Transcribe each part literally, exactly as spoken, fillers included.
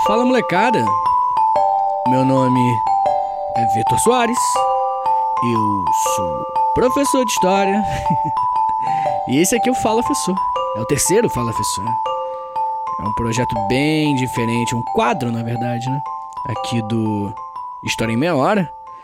Fala, molecada, meu nome é Vitor Soares, eu sou professor de História e esse aqui é o Fala Fessor, é o terceiro Fala Fessor. É um projeto bem diferente, um quadro na verdade, né, aqui do História em Meia Hora,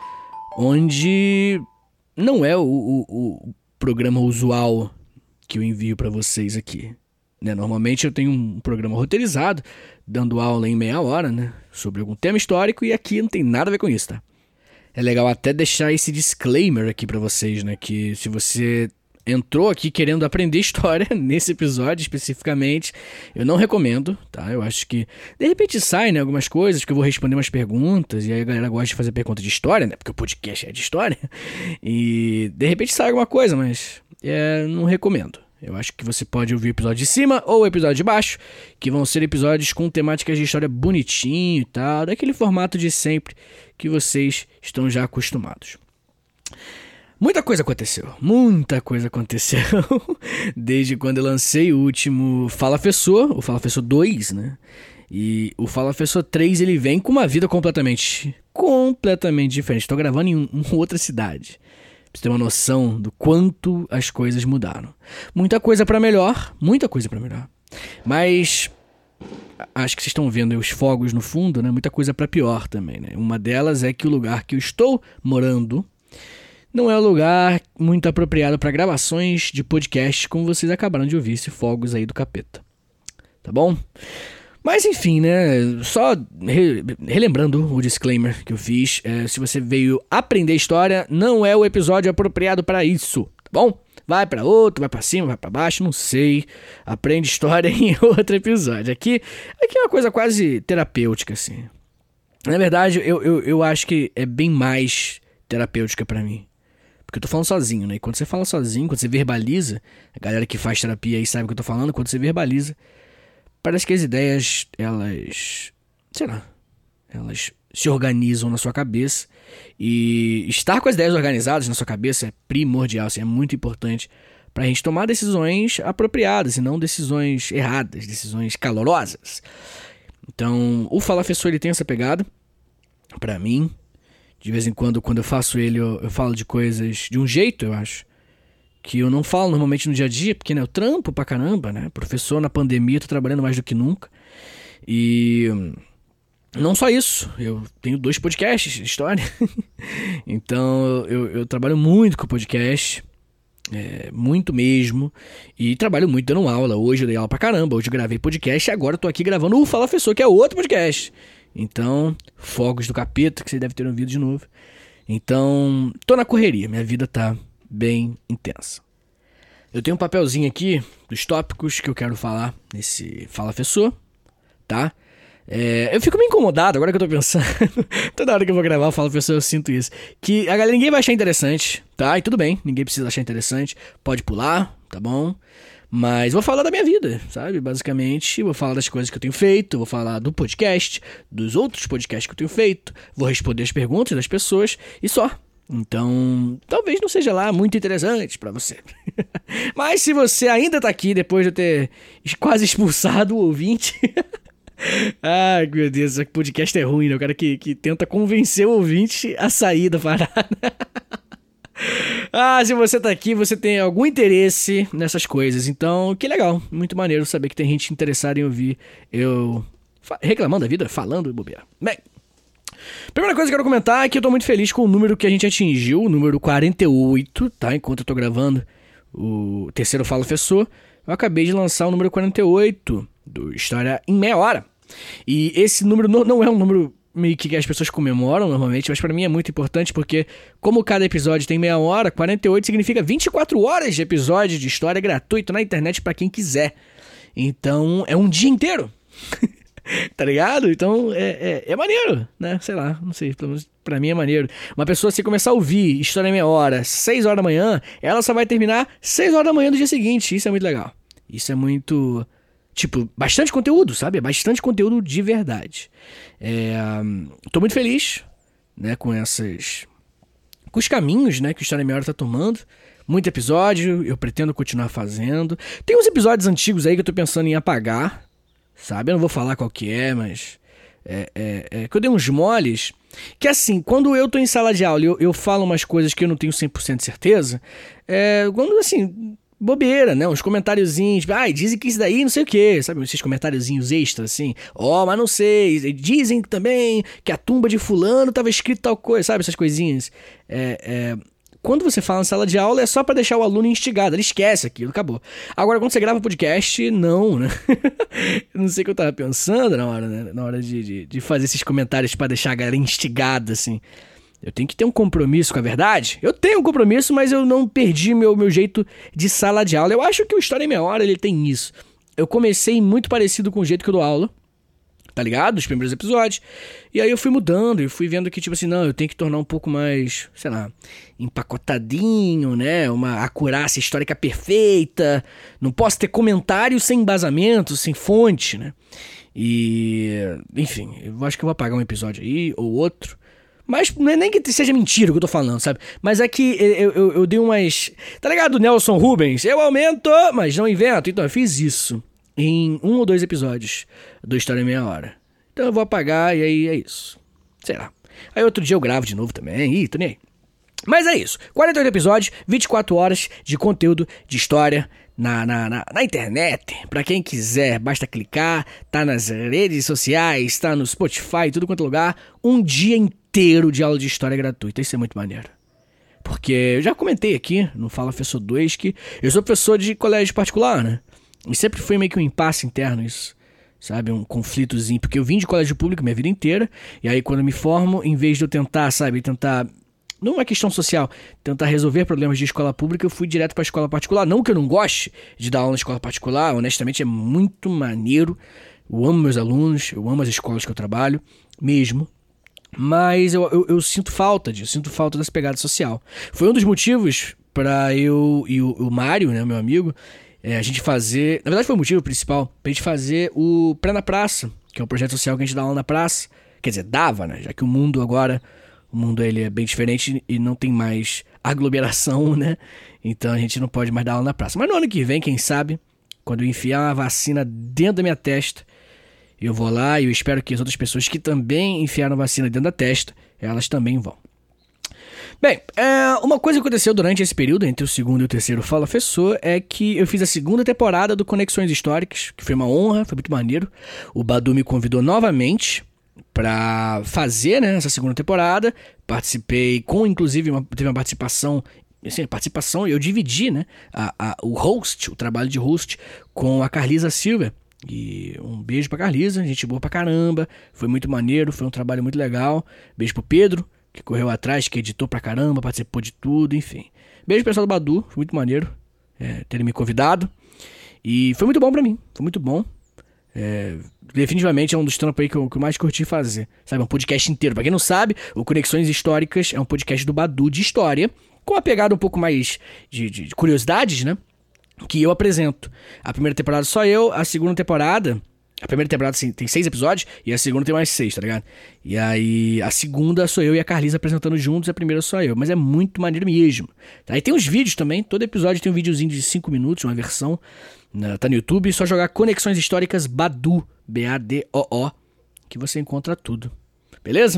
onde não é o, o, o programa usual que eu envio pra vocês aqui. Né, normalmente eu tenho um programa roteirizado, dando aula em meia hora, né, sobre algum tema histórico, e aqui não tem nada a ver com isso, tá? É legal até deixar esse disclaimer aqui pra vocês, né, que se você entrou aqui querendo aprender história, nesse episódio especificamente, eu não recomendo, tá? Eu acho que, de repente sai, né, algumas coisas, que eu vou responder umas perguntas, e aí a galera gosta de fazer pergunta de história, né, porque o podcast é de história, e de repente sai alguma coisa, mas é, não recomendo. Eu acho que você pode ouvir o episódio de cima ou o episódio de baixo, que vão ser episódios com temáticas de história bonitinho e tal, daquele formato de sempre que vocês estão já acostumados. Muita coisa aconteceu, muita coisa aconteceu, desde quando eu lancei o último Fala Fessor, o Fala Fessor dois, né? E o Fala Fessor três, ele vem com uma vida completamente, completamente diferente. Estou gravando em uma outra cidade. Pra você ter uma noção do quanto as coisas mudaram. Muita coisa pra melhor, muita coisa pra melhor. Mas acho que vocês estão vendo aí os fogos no fundo, né? Muita coisa pra pior também, né? Uma delas é que o lugar que eu estou morando não é um lugar muito apropriado para gravações de podcast, como vocês acabaram de ouvir, esse fogos aí do capeta. Tá bom? Mas enfim, né, só re- relembrando o disclaimer que eu fiz, é, se você veio aprender história, não é o episódio apropriado para isso, tá bom? Vai para outro, vai para cima, vai para baixo, não sei, aprende história em outro episódio. Aqui, aqui é uma coisa quase terapêutica, assim. Na verdade, eu, eu, eu acho que é bem mais terapêutica para mim. Porque eu tô falando sozinho, né, e quando você fala sozinho, quando você verbaliza, a galera que faz terapia aí sabe o que eu tô falando, quando você verbaliza, parece que as ideias, elas, sei lá, elas se organizam na sua cabeça, e estar com as ideias organizadas na sua cabeça é primordial, assim, é muito importante pra gente tomar decisões apropriadas e não decisões erradas, decisões calorosas. Então, o Fala Fessor, ele tem essa pegada, pra mim. De vez em quando, quando eu faço ele, eu, eu falo de coisas de um jeito, eu acho, que eu não falo normalmente no dia a dia, porque, né, eu trampo pra caramba, né? Professor na pandemia, tô trabalhando mais do que nunca. E não só isso, eu tenho dois podcasts de história. Então, eu, eu trabalho muito com podcast, é, muito mesmo, e trabalho muito dando aula. Hoje eu dei aula pra caramba, hoje eu gravei podcast, e agora eu tô aqui gravando o Fala Fessor, que é outro podcast. Então, fogos do capeta, que você deve ter ouvido de novo. Então, tô na correria, minha vida tá bem intensa. Eu tenho um papelzinho aqui dos tópicos que eu quero falar nesse Fala Fessor, tá? É, eu fico meio incomodado agora que eu tô pensando. Toda hora que eu vou gravar o Fala Fessor eu sinto isso. Que a galera, ninguém vai achar interessante, tá? E tudo bem, ninguém precisa achar interessante. Pode pular, tá bom? Mas vou falar da minha vida, sabe? Basicamente, vou falar das coisas que eu tenho feito, vou falar do podcast, dos outros podcasts que eu tenho feito, vou responder as perguntas das pessoas e só. Então, talvez não seja lá muito interessante pra você. Mas se você ainda tá aqui depois de eu ter quase expulsado o ouvinte... Ai, meu Deus, esse podcast é ruim, né? O cara que, que tenta convencer o ouvinte a sair da parada. Ah, se você tá aqui, você tem algum interesse nessas coisas. Então, que legal, muito maneiro saber que tem gente interessada em ouvir eu fa- reclamando da vida, falando bobeira. Bem, primeira coisa que eu quero comentar é que eu tô muito feliz com o número que a gente atingiu, o número quarenta e oito, tá? Enquanto eu tô gravando o terceiro Fala Fessor, eu acabei de lançar o número quarenta e oito do História em Meia Hora. E esse número não, não é um número meio que as pessoas comemoram normalmente, mas pra mim é muito importante porque, como cada episódio tem meia hora, quarenta e oito significa vinte e quatro horas de episódio de história gratuito na internet pra quem quiser. Então, é um dia inteiro. Tá ligado? Então, é, é, é maneiro, né? Sei lá, não sei, pelo menos pra mim é maneiro. Uma pessoa, se começar a ouvir História em Meia Hora, seis horas da manhã, ela só vai terminar seis horas da manhã do dia seguinte. Isso é muito legal. Isso é muito... Tipo, bastante conteúdo, sabe? Bastante conteúdo de verdade. É, tô muito feliz, né, com essas... com os caminhos, né, que o História em Meia Hora tá tomando. Muito episódio, eu pretendo continuar fazendo. Tem uns episódios antigos aí que eu tô pensando em apagar, sabe? Eu não vou falar qual que é, mas... É, é, é, que eu dei uns moles. Que assim, quando eu tô em sala de aula e eu, eu falo umas coisas que eu não tenho cem por cento de certeza, é, quando assim, bobeira, né? Uns comentáriozinhos, ai, dizem que isso daí não sei o que, sabe? Esses comentáriozinhos extras, assim, ó, oh, mas não sei, dizem também que a tumba de fulano tava escrito tal coisa, sabe? Essas coisinhas. É, é, quando você fala em sala de aula é só pra deixar o aluno instigado, ele esquece aquilo, acabou. Agora, quando você grava podcast, não, né? Não sei o que eu tava pensando na hora, né? Na hora de, de, de fazer esses comentários pra deixar a galera instigada, assim. Eu tenho que ter um compromisso com a verdade. Eu tenho um compromisso, mas eu não perdi meu, meu jeito de sala de aula. Eu acho que o História em Meia Hora, ele tem isso. Eu comecei muito parecido com o jeito que eu dou aula, tá ligado? Os primeiros episódios. E aí eu fui mudando e fui vendo que, tipo assim, não, eu tenho que tornar um pouco mais, sei lá, empacotadinho, né? Uma acurácia histórica perfeita. Não posso ter comentários sem embasamento, sem fonte, né? E, enfim, eu acho que eu vou apagar um episódio aí ou outro. Mas não é nem que seja mentira o que eu tô falando, sabe? Mas é que eu, eu, eu dei umas... Tá ligado, Nelson Rubens? Eu aumento, mas não invento. Então eu fiz isso em um ou dois episódios do História em Meia Hora. Então eu vou apagar e aí é isso. Sei lá. Aí outro dia eu gravo de novo também. Ih, tô nem aí. Mas é isso. quarenta e oito episódios, vinte e quatro horas de conteúdo de história na, na, na, na internet. Pra quem quiser, basta clicar. Tá nas redes sociais, tá no Spotify, tudo quanto é lugar. Um dia inteiro de aula de história gratuita. Isso é muito maneiro. Porque eu já comentei aqui no Fala Professor dois que eu sou professor de colégio particular, né? E sempre foi meio que um impasse interno isso. Sabe, um conflitozinho. Porque eu vim de colégio público minha vida inteira. E aí quando eu me formo, em vez de eu tentar, sabe, tentar... Não é uma questão social, tentar resolver problemas de escola pública, eu fui direto pra escola particular. Não que eu não goste de dar aula na escola particular, honestamente é muito maneiro. Eu amo meus alunos, eu amo as escolas que eu trabalho, mesmo. Mas eu, eu, eu sinto falta disso, sinto falta dessa pegada social. Foi um dos motivos pra eu e o, o Mário, né, meu amigo, é, a gente fazer... Na verdade foi o motivo principal, pra gente fazer o Pré na Praça, que é um projeto social que a gente dá aula na praça. Quer dizer, dava, né, já que o mundo agora... O mundo ele é bem diferente e não tem mais aglomeração, né? Então a gente não pode mais dar aula na praça. Mas no ano que vem, quem sabe, quando eu enfiar uma vacina dentro da minha testa, eu vou lá e eu espero que as outras pessoas que também enfiaram vacina dentro da testa, elas também vão. Bem, é, uma coisa que aconteceu durante esse período, entre o segundo e o terceiro Fala Professor, é que eu fiz a segunda temporada do Conexões Históricas, que foi uma honra, foi muito maneiro. O Badu me convidou novamente pra fazer, né, essa segunda temporada. Participei com, inclusive, uma, teve uma participação, assim, participação, eu dividi, né, a, a, o host, o trabalho de host com a Carlisa Silva. E um beijo pra Carlisa, gente boa pra caramba, foi muito maneiro, foi um trabalho muito legal. Beijo pro Pedro, que correu atrás, que editou pra caramba, participou de tudo, enfim. Beijo pro pessoal do Badu, foi muito maneiro é, terem me convidado. E foi muito bom pra mim, foi muito bom. É, definitivamente é um dos trampos aí que eu, que eu mais curti fazer, sabe, um podcast inteiro. Pra quem não sabe, o Conexões Históricas é um podcast do Badu de história, com uma pegada um pouco mais de, de, de curiosidades, né, que eu apresento. A primeira temporada só eu, a segunda temporada, a primeira temporada assim, tem seis episódios, e a segunda tem mais seis, tá ligado? E aí a segunda sou eu e a Carlisa apresentando juntos, a primeira sou eu, mas é muito maneiro mesmo. Aí tem os vídeos também, todo episódio tem um videozinho de cinco minutos, uma versão. Tá no YouTube, é só jogar Conexões Históricas Badu, B A D O O, que você encontra tudo. Beleza?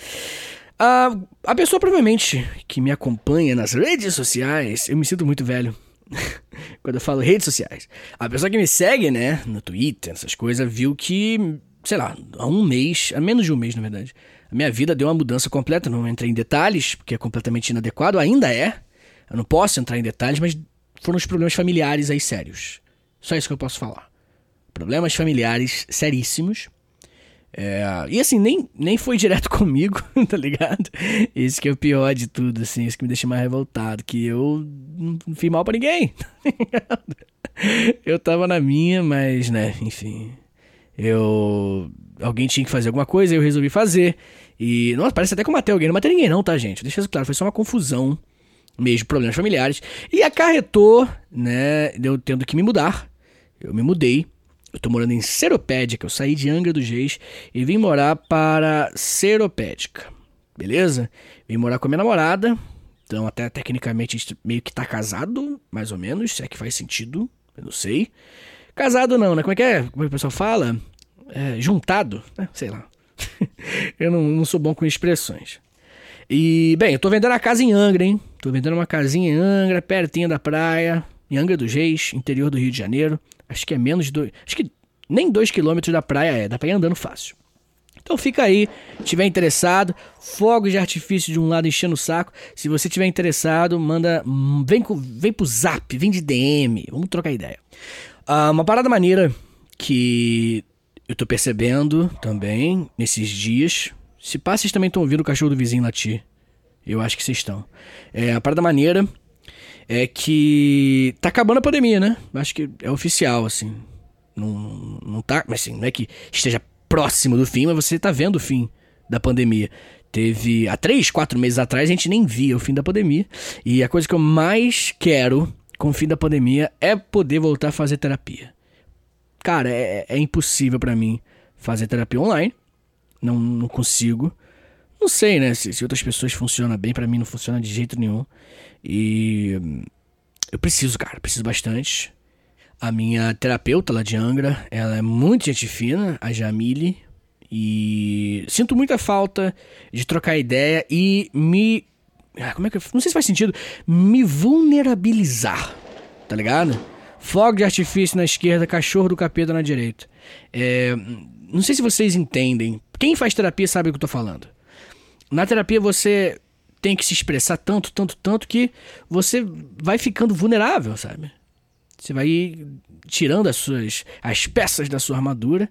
Ah, a pessoa provavelmente que me acompanha nas redes sociais, eu me sinto muito velho quando eu falo redes sociais. A pessoa que me segue, né, no Twitter, essas coisas, viu que, sei lá, há um mês, há menos de um mês na verdade, a minha vida deu uma mudança completa. Não entrei em detalhes, porque é completamente inadequado, ainda é. Eu não posso entrar em detalhes, mas foram os problemas familiares aí sérios. Só isso que eu posso falar. Problemas familiares seríssimos. É, e assim, nem, nem foi direto comigo, tá ligado? Esse que é o pior de tudo, assim. Isso que me deixa mais revoltado. Que eu não fiz mal pra ninguém, tá ligado? Eu tava na minha, mas, né, enfim. Eu... Alguém tinha que fazer alguma coisa, eu resolvi fazer. E, nossa, parece até que eu matei alguém. Não matei ninguém não, tá, gente? Deixa isso claro, foi só uma confusão mesmo, problemas familiares. E acarretou, né, eu tendo que me mudar. Eu me mudei, eu tô morando em Seropédica, eu saí de Angra dos Reis e vim morar para Seropédica, beleza? Vim morar com a minha namorada, então até tecnicamente a gente meio que tá casado, mais ou menos, se é que faz sentido, eu não sei. Casado não, né? Como é que é? Como é que o pessoal fala? É, juntado, né? Sei lá. Eu não, não sou bom com expressões. E, bem, eu tô vendendo a casa em Angra, hein? Tô vendendo uma casinha em Angra, pertinho da praia, em Angra dos Reis, interior do Rio de Janeiro. Acho que é menos de dois... Acho que nem dois quilômetros da praia é, dá pra ir andando fácil. Então fica aí, tiver interessado, fogos de artifício de um lado enchendo o saco. Se você tiver interessado, manda, vem, vem pro zap, vem de D M, vamos trocar ideia. Ah, uma parada maneira que eu tô percebendo também nesses dias, se pá, vocês também estão ouvindo o cachorro do vizinho latir. Eu acho que vocês estão. É, a parada maneira é que tá acabando a pandemia, né? Acho que é oficial, assim. Não, não tá, mas assim, não é que esteja próximo do fim, mas você tá vendo o fim da pandemia. Teve, há três, quatro meses atrás, a gente nem via o fim da pandemia. E a coisa que eu mais quero com o fim da pandemia é poder voltar a fazer terapia. Cara, é, é impossível pra mim fazer terapia online. Não, não consigo. Não sei, né, se, se outras pessoas funcionam bem, pra mim não funciona de jeito nenhum. E eu preciso, cara, preciso bastante. A minha terapeuta lá de Angra, ela é muito gente fina, a Jamile, e sinto muita falta de trocar ideia e me... Ah, como é que eu... Não sei se faz sentido. Me vulnerabilizar, tá ligado? Fogo de artifício na esquerda, cachorro do capeta na direita. É... Não sei se vocês entendem. Quem faz terapia sabe o que eu tô falando. Na terapia você tem que se expressar tanto, tanto, tanto que você vai ficando vulnerável, sabe? Você vai tirando as suas as peças da sua armadura.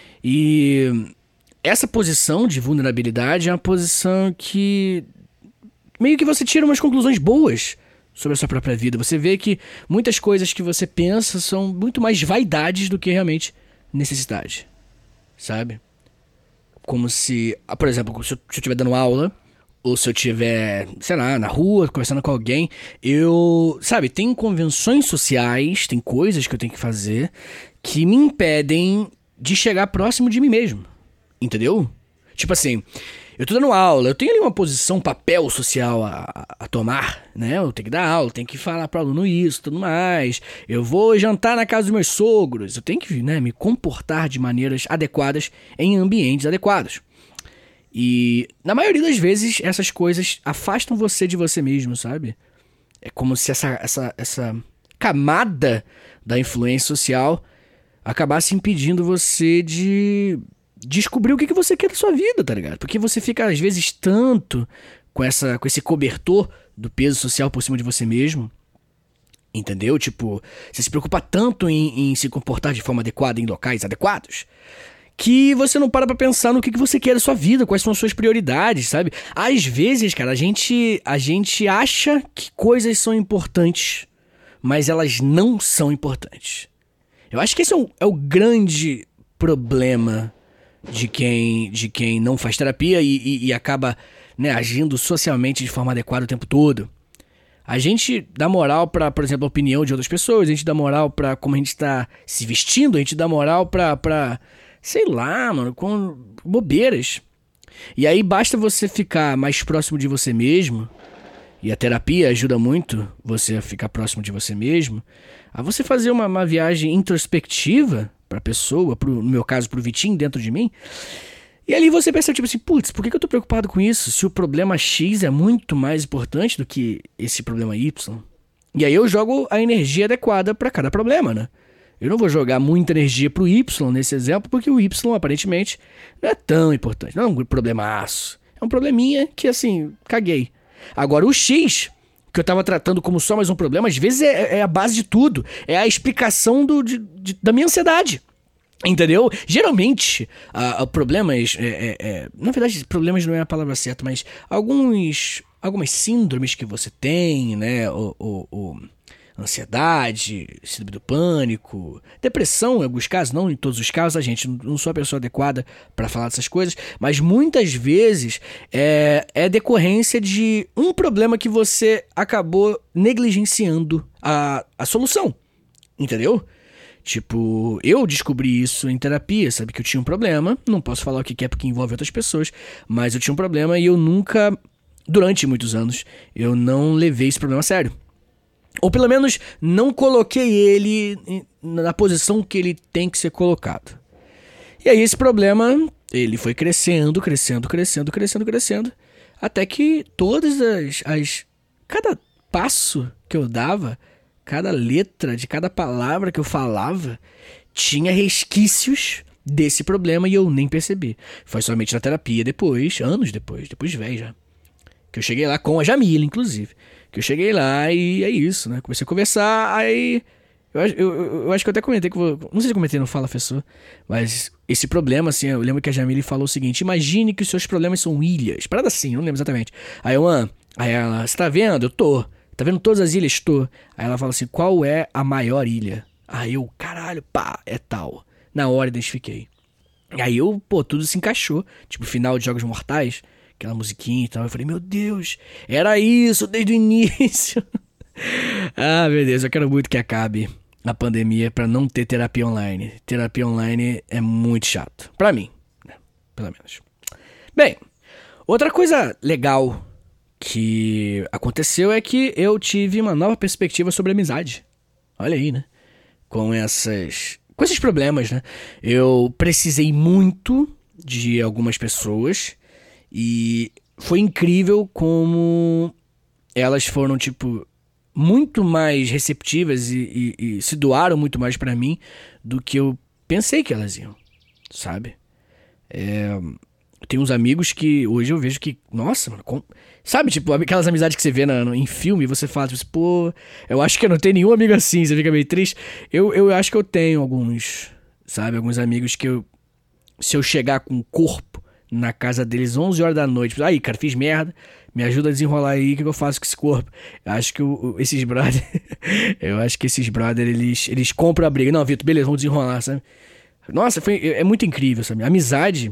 E essa posição de vulnerabilidade é uma posição que meio que você tira umas conclusões boas sobre a sua própria vida. Você vê que muitas coisas que você pensa são muito mais vaidades do que realmente necessidade, sabe? Como se, por exemplo, se eu estiver dando aula, ou se eu estiver, sei lá, na rua, conversando com alguém, eu, sabe, tem convenções sociais, tem coisas que eu tenho que fazer que me impedem de chegar próximo de mim mesmo, entendeu? Tipo assim, eu tô dando aula, eu tenho ali uma posição, um papel social a, a, a tomar, né? Eu tenho que dar aula, tenho que falar pro aluno isso, tudo mais. Eu vou jantar na casa dos meus sogros, eu tenho que, né, me comportar de maneiras adequadas em ambientes adequados. E na maioria das vezes essas coisas afastam você de você mesmo, sabe? É como se essa, essa, essa camada da influência social acabasse impedindo você de descobrir o que, que você quer da sua vida, tá ligado? Porque você fica às vezes tanto com, essa, com esse cobertor do peso social por cima de você mesmo, entendeu? Tipo, você se preocupa tanto em, em se comportar de forma adequada em locais adequados que você não para pra pensar no que, que você quer da sua vida, quais são as suas prioridades, sabe? Às vezes, cara, a gente, a gente acha que coisas são importantes, mas elas não são importantes. Eu acho que esse é o, é o grande problema de quem, de quem não faz terapia e, e, e acaba, né, agindo socialmente de forma adequada o tempo todo. A gente dá moral pra, por exemplo, a opinião de outras pessoas, a gente dá moral pra como a gente tá se vestindo, a gente dá moral pra... pra sei lá, mano, com bobeiras. E aí basta você ficar mais próximo de você mesmo, e a terapia ajuda muito você a ficar próximo de você mesmo, a você fazer uma, uma viagem introspectiva pra pessoa, pro, no meu caso pro Vitinho dentro de mim, e ali você pensa tipo assim, putz, por que, que eu tô preocupado com isso? Se o problema X é muito mais importante do que esse problema Y. E aí eu jogo a energia adequada pra cada problema, né? Eu não vou jogar muita energia pro Y nesse exemplo, porque o Y, aparentemente, não é tão importante. Não é um problemaço. É um probleminha que, assim, caguei. Agora, o X, que eu tava tratando como só mais um problema, às vezes é, é a base de tudo. É a explicação do, de, de, da minha ansiedade. Entendeu? Geralmente, uh, uh, problemas... É, é, é, na verdade, problemas não é a palavra certa, mas alguns, algumas síndromes que você tem, né? O... o, o ansiedade, síndrome do pânico, depressão em alguns casos, não em todos os casos, a gente não sou a pessoa adequada para falar dessas coisas, mas muitas vezes é, é decorrência de um problema que você acabou negligenciando a, a solução, entendeu? Tipo, eu descobri isso em terapia, sabe que eu tinha um problema, não posso falar o que é porque envolve outras pessoas, mas eu tinha um problema e eu nunca, durante muitos anos, eu não levei esse problema a sério. Ou pelo menos não coloquei ele na posição que ele tem que ser colocado. E aí esse problema ele foi crescendo, crescendo, crescendo, crescendo, crescendo, até que todas as, as... Cada passo que eu dava, cada letra de cada palavra que eu falava, tinha resquícios desse problema e eu nem percebi. Foi somente na terapia depois, anos depois, depois de velho já, que eu cheguei lá com a Jamila, inclusive. Que eu cheguei lá e é isso, né? Comecei a conversar, aí... Eu, eu, eu acho que eu até comentei, que eu, não sei se eu comentei no Fala Fessor, mas esse problema, assim, eu lembro que a Jamile falou o seguinte: imagine que os seus problemas são ilhas. Parada assim, eu não lembro exatamente. Aí eu, ah, aí ela, você tá vendo? Eu tô. Tá vendo todas as ilhas? Tô. Aí ela fala assim: qual é a maior ilha? Aí eu, caralho, pá, é tal. Na hora identifiquei. Aí eu, pô, tudo se encaixou. Tipo, final de Jogos Mortais, aquela musiquinha e tal. Eu falei, meu Deus, era isso desde o início. Ah, meu Deus, eu quero muito que acabe a pandemia pra não ter terapia online. Terapia online é muito chato. Pra mim, né? Pelo menos. Bem, outra coisa legal que aconteceu é que eu tive uma nova perspectiva sobre amizade. Olha aí, né? Com essas... Com esses problemas, né? Eu precisei muito de algumas pessoas e foi incrível como elas foram, tipo... muito mais receptivas e, e, e se doaram muito mais pra mim do que eu pensei que elas iam, sabe? É, tem uns amigos que hoje eu vejo que, nossa, mano, com, sabe, tipo, aquelas amizades que você vê na, no, em filme e você fala, tipo, pô, eu acho que eu não tenho nenhum amigo assim, você fica meio triste. Eu, eu acho que eu tenho alguns, sabe, alguns amigos que eu, se eu chegar com o corpo na casa deles onze horas da noite, aí, cara, fiz merda, me ajuda a desenrolar aí, o que eu faço com esse corpo? Eu acho que o, o, esses brother, eu acho que esses brother, eles, eles compram a briga. Não, Vitor, beleza, vamos desenrolar, sabe? Nossa, foi, é muito incrível, sabe? A amizade,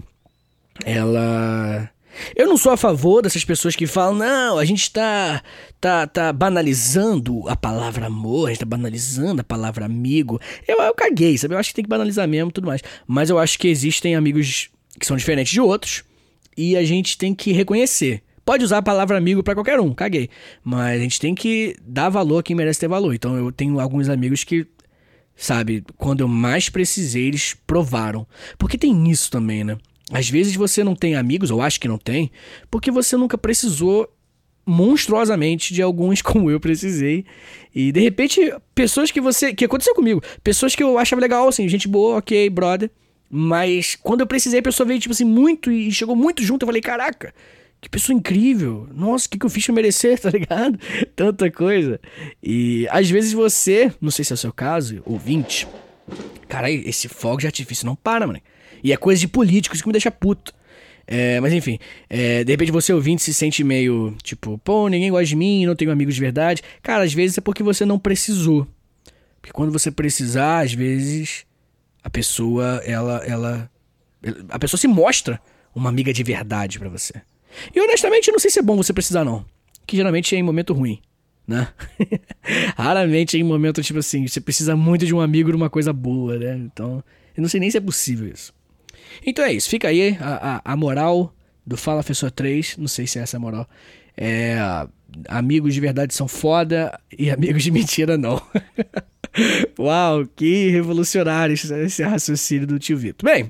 ela... Eu não sou a favor dessas pessoas que falam, não, a gente tá, tá, tá banalizando a palavra amor, a gente tá banalizando a palavra amigo. Eu, eu caguei, sabe? Eu acho que tem que banalizar mesmo e tudo mais. Mas eu acho que existem amigos que são diferentes de outros e a gente tem que reconhecer. Pode usar a palavra amigo pra qualquer um, caguei. Mas a gente tem que dar valor a quem merece ter valor. Então eu tenho alguns amigos que, sabe, quando eu mais precisei, eles provaram. Porque tem isso também, né? Às vezes você não tem amigos, ou acha que não tem, porque você nunca precisou monstruosamente de alguns como eu precisei. E de repente, pessoas que você... Que aconteceu comigo. Pessoas que eu achava legal, assim, gente boa, ok, brother. Mas quando eu precisei, a pessoa veio, tipo assim, muito e chegou muito junto. Eu falei, caraca, que pessoa incrível. Nossa, o que, que eu fiz pra merecer, tá ligado? Tanta coisa. E às vezes você, não sei se é o seu caso, ouvinte, cara, esse fogo de artifício não para, mano. E é coisa de políticos que me deixa puto. É, mas enfim, é, de repente você ouvinte se sente meio, tipo, pô, ninguém gosta de mim, não tenho amigos de verdade. Cara, às vezes é porque você não precisou. Porque quando você precisar, às vezes, a pessoa, ela, ela... A pessoa se mostra uma amiga de verdade pra você. E honestamente, eu não sei se é bom você precisar, não. Que geralmente é em momento ruim, né? Raramente é em momento, tipo assim, você precisa muito de um amigo numa coisa boa, né? Então, eu não sei nem se é possível isso. Então é isso, fica aí a, a, a moral do Fala Fessor três, não sei se é essa a moral. É, amigos de verdade são foda e amigos de mentira não. Uau, que revolucionário esse raciocínio do tio Vitor. Bem,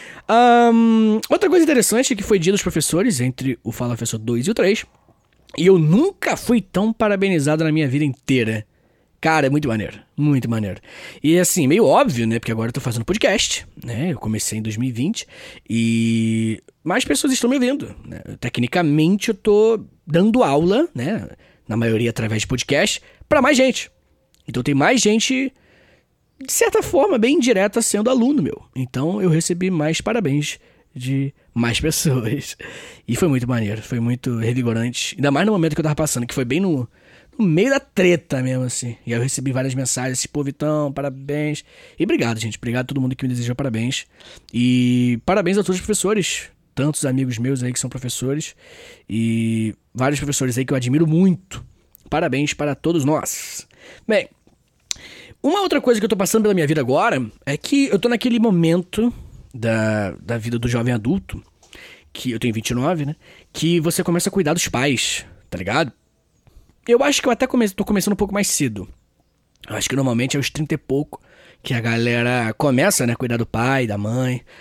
um, outra coisa interessante é que foi dia dos professores entre o Fala Fessor dois e o três. E eu nunca fui tão parabenizado na minha vida inteira. Cara, é muito maneiro, muito maneiro. E assim, meio óbvio, né? Porque agora eu tô fazendo podcast, né? Eu comecei em dois mil e vinte e mais pessoas estão me ouvindo, né? Tecnicamente eu tô dando aula, né? Na maioria através de podcast, pra mais gente. Então tem mais gente, de certa forma, bem indireta, sendo aluno meu. Então eu recebi mais parabéns de mais pessoas. E foi muito maneiro, foi muito revigorante. Ainda mais no momento que eu tava passando, que foi bem no... no meio da treta mesmo, assim. E aí eu recebi várias mensagens, assim, pô, Vitão, parabéns. E obrigado, gente. Obrigado a todo mundo que me desejou parabéns. E parabéns a todos os professores. Tantos amigos meus aí que são professores. E vários professores aí que eu admiro muito. Parabéns para todos nós. Bem, uma outra coisa que eu tô passando pela minha vida agora é que eu tô naquele momento da, da vida do jovem adulto, que eu tenho vinte e nove, né? Que você começa a cuidar dos pais, tá ligado? Eu acho que eu até come- tô começando um pouco mais cedo. Eu acho que normalmente é aos trinta e pouco que a galera começa, né, a cuidar do pai, da mãe.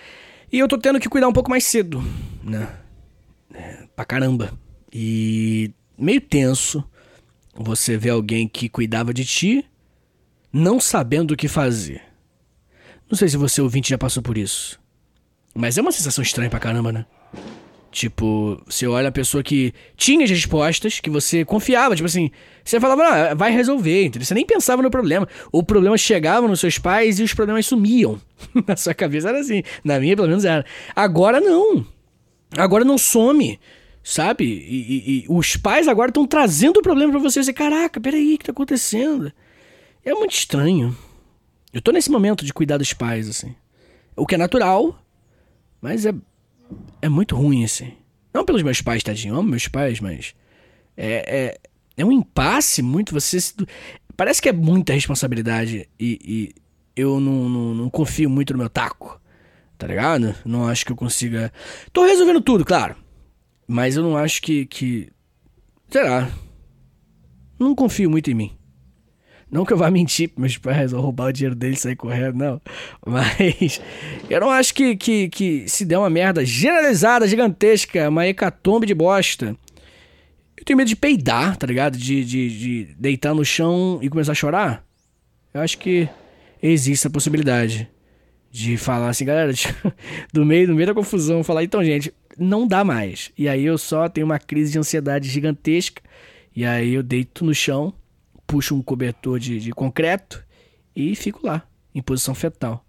E eu tô tendo que cuidar um pouco mais cedo, né? É, pra caramba. E meio tenso você ver alguém que cuidava de ti não sabendo o que fazer. Não sei se você ouvinte já passou por isso, mas é uma sensação estranha pra caramba, né? Tipo, você olha a pessoa que tinha as respostas, que você confiava, tipo assim, você falava, ah, vai resolver, entendeu? Você nem pensava no problema. O problema chegava nos seus pais e os problemas sumiam. Na sua cabeça era assim, na minha pelo menos era. Agora não. Agora não some, sabe? E, e, e os pais agora estão trazendo o problema pra você. Você, caraca, peraí, o que tá acontecendo? É muito estranho. Eu tô nesse momento de cuidar dos pais, assim. O que é natural, mas é... É muito ruim, assim. Não pelos meus pais, tadinho. Eu amo meus pais, mas... É, é, é um impasse muito... Você se... Parece que é muita responsabilidade. E, e eu não, não, não confio muito no meu taco. Tá ligado? Não acho que eu consiga... Tô resolvendo tudo, claro. Mas eu não acho que... que... Sei lá. Não confio muito em mim. Não que eu vá mentir pros meus pais ou roubar o dinheiro deles e sair correndo, não. Mas eu não acho que, que, que se der uma merda generalizada, gigantesca, uma hecatombe de bosta, eu tenho medo de peidar, tá ligado? De, de, de deitar no chão e começar a chorar. Eu acho que existe a possibilidade de falar assim, galera, do meio, no meio da confusão, falar, então, gente, não dá mais. E aí eu só tenho uma crise de ansiedade gigantesca, e aí eu deito no chão, puxo um cobertor de, de concreto e fico lá, em posição fetal.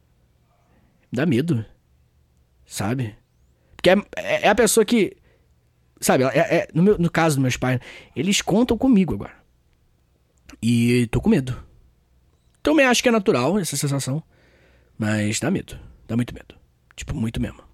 Dá medo, sabe? Porque é, é, é a pessoa que, sabe, é, é, no, meu, no caso dos meus pais, eles contam comigo agora. E tô com medo. Também acho que é natural essa sensação, mas dá medo, dá muito medo. Tipo, muito mesmo.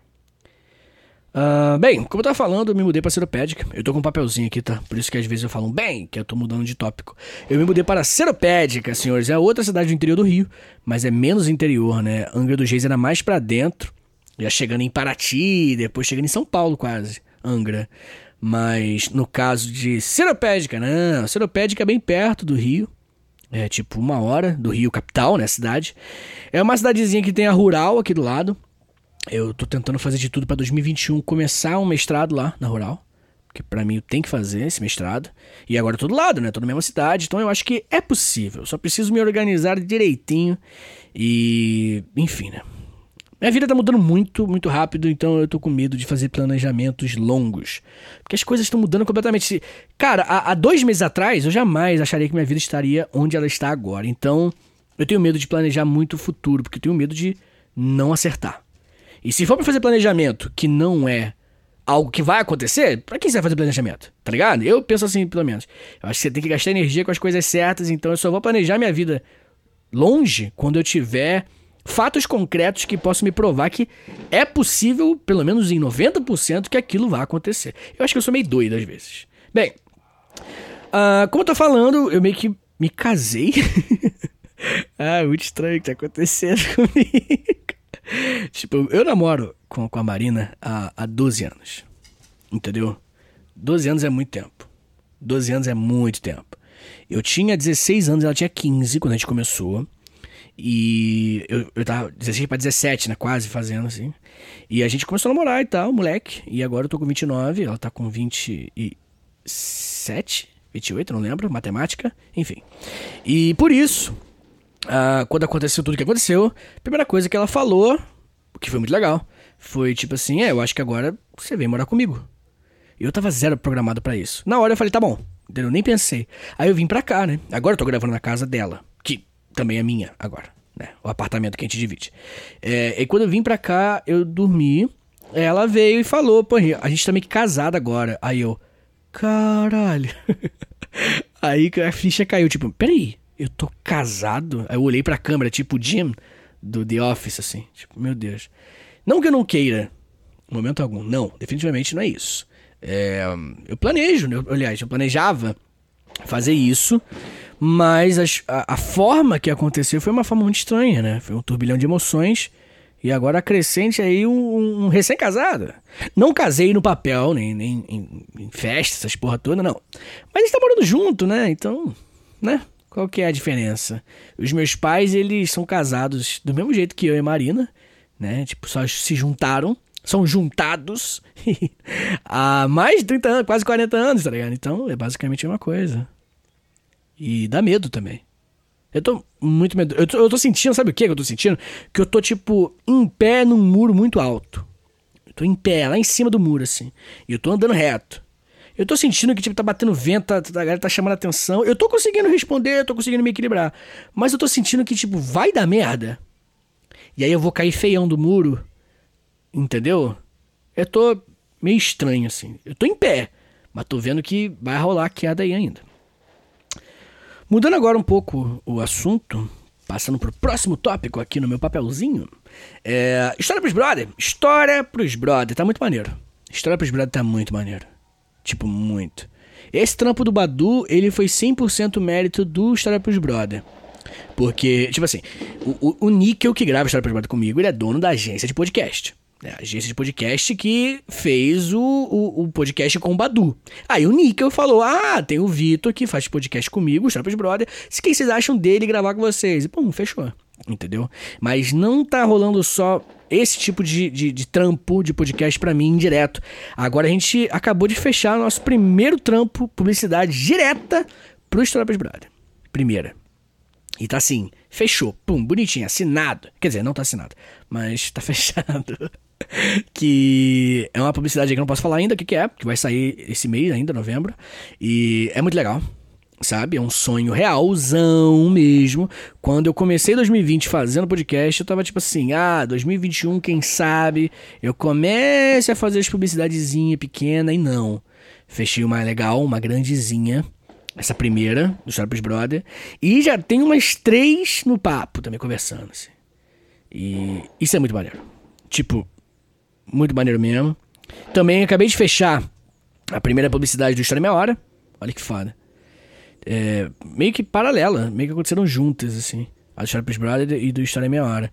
Uh, bem, como eu tava falando, eu me mudei pra Seropédica. Eu tô com um papelzinho aqui, tá? Por isso que às vezes eu falo bem, que eu tô mudando de tópico. Eu me mudei para Seropédica, senhores. É outra cidade do interior do Rio, mas é menos interior, né? Angra dos Reis era mais pra dentro, já chegando em Paraty, depois chegando em São Paulo quase, Angra. Mas no caso de Seropédica, não. Seropédica é bem perto do Rio. É tipo uma hora do Rio capital, né? Cidade. É uma cidadezinha que tem a Rural aqui do lado. Eu tô tentando fazer de tudo pra dois mil e vinte e um começar um mestrado lá na Rural. Porque pra mim eu tenho que fazer esse mestrado. E agora eu tô do lado, né? Tô na mesma cidade. Então eu acho que é possível. Só preciso me organizar direitinho. E... enfim, né? Minha vida tá mudando muito, muito rápido. Então eu tô com medo de fazer planejamentos longos. Porque as coisas estão mudando completamente. Cara, há, há dois meses atrás eu jamais acharia que minha vida estaria onde ela está agora. Então eu tenho medo de planejar muito o futuro. Porque eu tenho medo de não acertar. E se for pra fazer planejamento que não é algo que vai acontecer, pra que você vai fazer planejamento? Tá ligado? Eu penso assim, pelo menos. Eu acho que você tem que gastar energia com as coisas certas, então eu só vou planejar minha vida longe quando eu tiver fatos concretos que possam me provar que é possível, pelo menos em noventa por cento, que aquilo vai acontecer. Eu acho que eu sou meio doido às vezes. Bem, uh, como eu tô falando, eu meio que me casei. Ah, muito estranho o que tá acontecendo comigo. Tipo, eu namoro com, com a Marina há, há doze anos. Entendeu? doze anos é muito tempo. doze anos é muito tempo. Eu tinha dezesseis anos, ela tinha quinze quando a gente começou. E eu, eu tava dezesseis pra dezessete, né? Quase fazendo assim. E a gente começou a namorar e tal, moleque. E agora eu tô com vinte e nove, ela tá com vinte e sete, vinte e oito, não lembro, matemática, enfim. E por isso... Uh, quando aconteceu tudo que aconteceu, a primeira coisa que ela falou, o que foi muito legal, foi tipo assim, é, eu acho que agora você vem morar comigo. E eu tava zero programado pra isso. Na hora eu falei, tá bom, eu nem pensei. Aí eu vim pra cá, né? Agora eu tô gravando na casa dela, que também é minha agora, né? O apartamento que a gente divide. É, e quando eu vim pra cá, eu dormi, ela veio e falou, pô, a gente tá meio que casado agora. Aí eu, caralho. Aí a ficha caiu, tipo, peraí. Eu tô casado? Aí eu olhei pra câmera, tipo o Jim do The Office, assim. Tipo, meu Deus. Não que eu não queira, em momento algum. Não, definitivamente não é isso. É, eu planejo, eu, aliás, eu planejava fazer isso, mas as, a, a forma que aconteceu foi uma forma muito estranha, né? Foi um turbilhão de emoções. E agora acrescente aí um, um recém-casado. Não casei no papel, nem, nem em, em festa, essas porra toda, não. Mas a gente tá morando junto, né? Então, né? Qual que é a diferença? Os meus pais, eles são casados do mesmo jeito que eu e a Marina. né? Tipo, só se juntaram, são juntados há mais de trinta anos, quase quarenta anos, tá ligado? Então, é basicamente a mesma coisa. E dá medo também. Eu tô muito medo. Eu tô, eu tô sentindo, sabe o que eu tô sentindo? Que eu tô, tipo, em pé num muro muito alto. Eu tô em pé, lá em cima do muro, assim. E eu tô andando reto. Eu tô sentindo que, tipo, tá batendo vento, tá, a galera tá chamando a atenção. Eu tô conseguindo responder, eu tô conseguindo me equilibrar. Mas eu tô sentindo que, tipo, vai dar merda. E aí eu vou cair feião do muro. Entendeu? Eu tô meio estranho, assim. Eu tô em pé, mas tô vendo que vai rolar queda aí ainda. Mudando agora um pouco o assunto, passando pro próximo tópico aqui no meu papelzinho. É, história pros brother. História pros brother. Tá muito maneiro. História pros brother tá muito maneiro. Tipo, muito. Esse trampo do Badu, ele foi cem por cento mérito do História pros brother. Porque, tipo assim, o, o, o Níquel que grava História pros brother comigo, ele é dono da agência de podcast. É, a agência de podcast que fez o, o, o podcast com o Badu. Aí o Níquel falou, ah, tem o Vitor que faz podcast comigo, História pros brother. O que vocês acham dele gravar com vocês? E pum, fechou. Entendeu? Mas não tá rolando só esse tipo de, de, de trampo de podcast pra mim direto. Agora a gente acabou de fechar o nosso primeiro trampo, publicidade direta pro História pros brother. Primeira. E tá assim, fechou, pum, bonitinho, assinado. Quer dizer, não tá assinado, mas tá fechado. Que é uma publicidade que eu não posso falar ainda o que, que é, que vai sair esse mês ainda, novembro. E é muito legal, sabe? É um sonho realzão mesmo. Quando eu comecei dois mil e vinte fazendo podcast, eu tava tipo assim, ah, dois mil e vinte e um, quem sabe, eu comece a fazer as publicidadezinha pequena, e não. Fechei uma legal, uma grandezinha. Essa primeira, do História pros brother. E já tem umas três no papo também, conversando, assim. E isso é muito maneiro. Tipo, muito maneiro mesmo. Também acabei de fechar a primeira publicidade do História Meia Hora. Olha que foda. É, meio que paralela, meio que aconteceram juntas, assim. A do História pros brother e do História Meia Hora.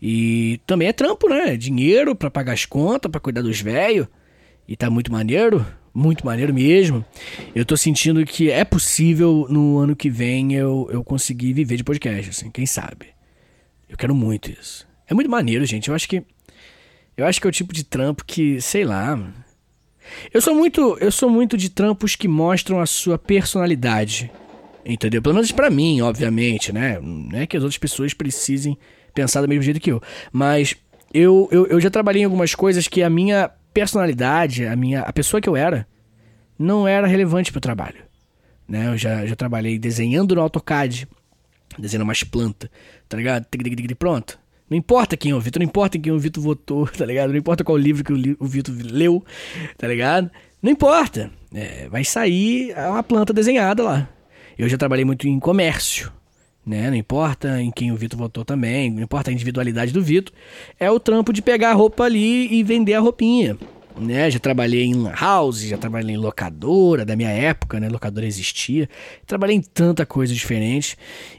E também é trampo, né? Dinheiro pra pagar as contas, pra cuidar dos velhos. E tá muito maneiro. Muito maneiro mesmo. Eu tô sentindo que é possível no ano que vem eu, eu conseguir viver de podcast, assim, quem sabe. Eu quero muito isso. É muito maneiro, gente. Eu acho que eu acho que é o tipo de trampo que, sei lá, mano. Eu sou muito, eu sou muito de trampos que mostram a sua personalidade. Entendeu? Pelo menos pra mim, obviamente, né? Não é que as outras pessoas precisem pensar do mesmo jeito que eu. Mas eu, eu, eu já trabalhei em algumas coisas que a minha personalidade, a minha a pessoa que eu era, não era relevante pro trabalho, né? Eu já, já trabalhei desenhando no AutoCAD, desenhando umas plantas, tá ligado? Pronto. Não importa quem é o Vitor, não importa quem o Vitor votou, tá ligado? Não importa qual livro que o, li- o Vitor leu, tá ligado? Não importa. É, vai sair uma planta desenhada lá. Eu já trabalhei muito em comércio, né? Não importa em quem o Vitor votou também, não importa a individualidade do Vitor, é o trampo de pegar a roupa ali e vender a roupinha, né? Já trabalhei em lan house, já trabalhei em locadora da minha época, né? Locadora existia, trabalhei em tanta coisa diferente.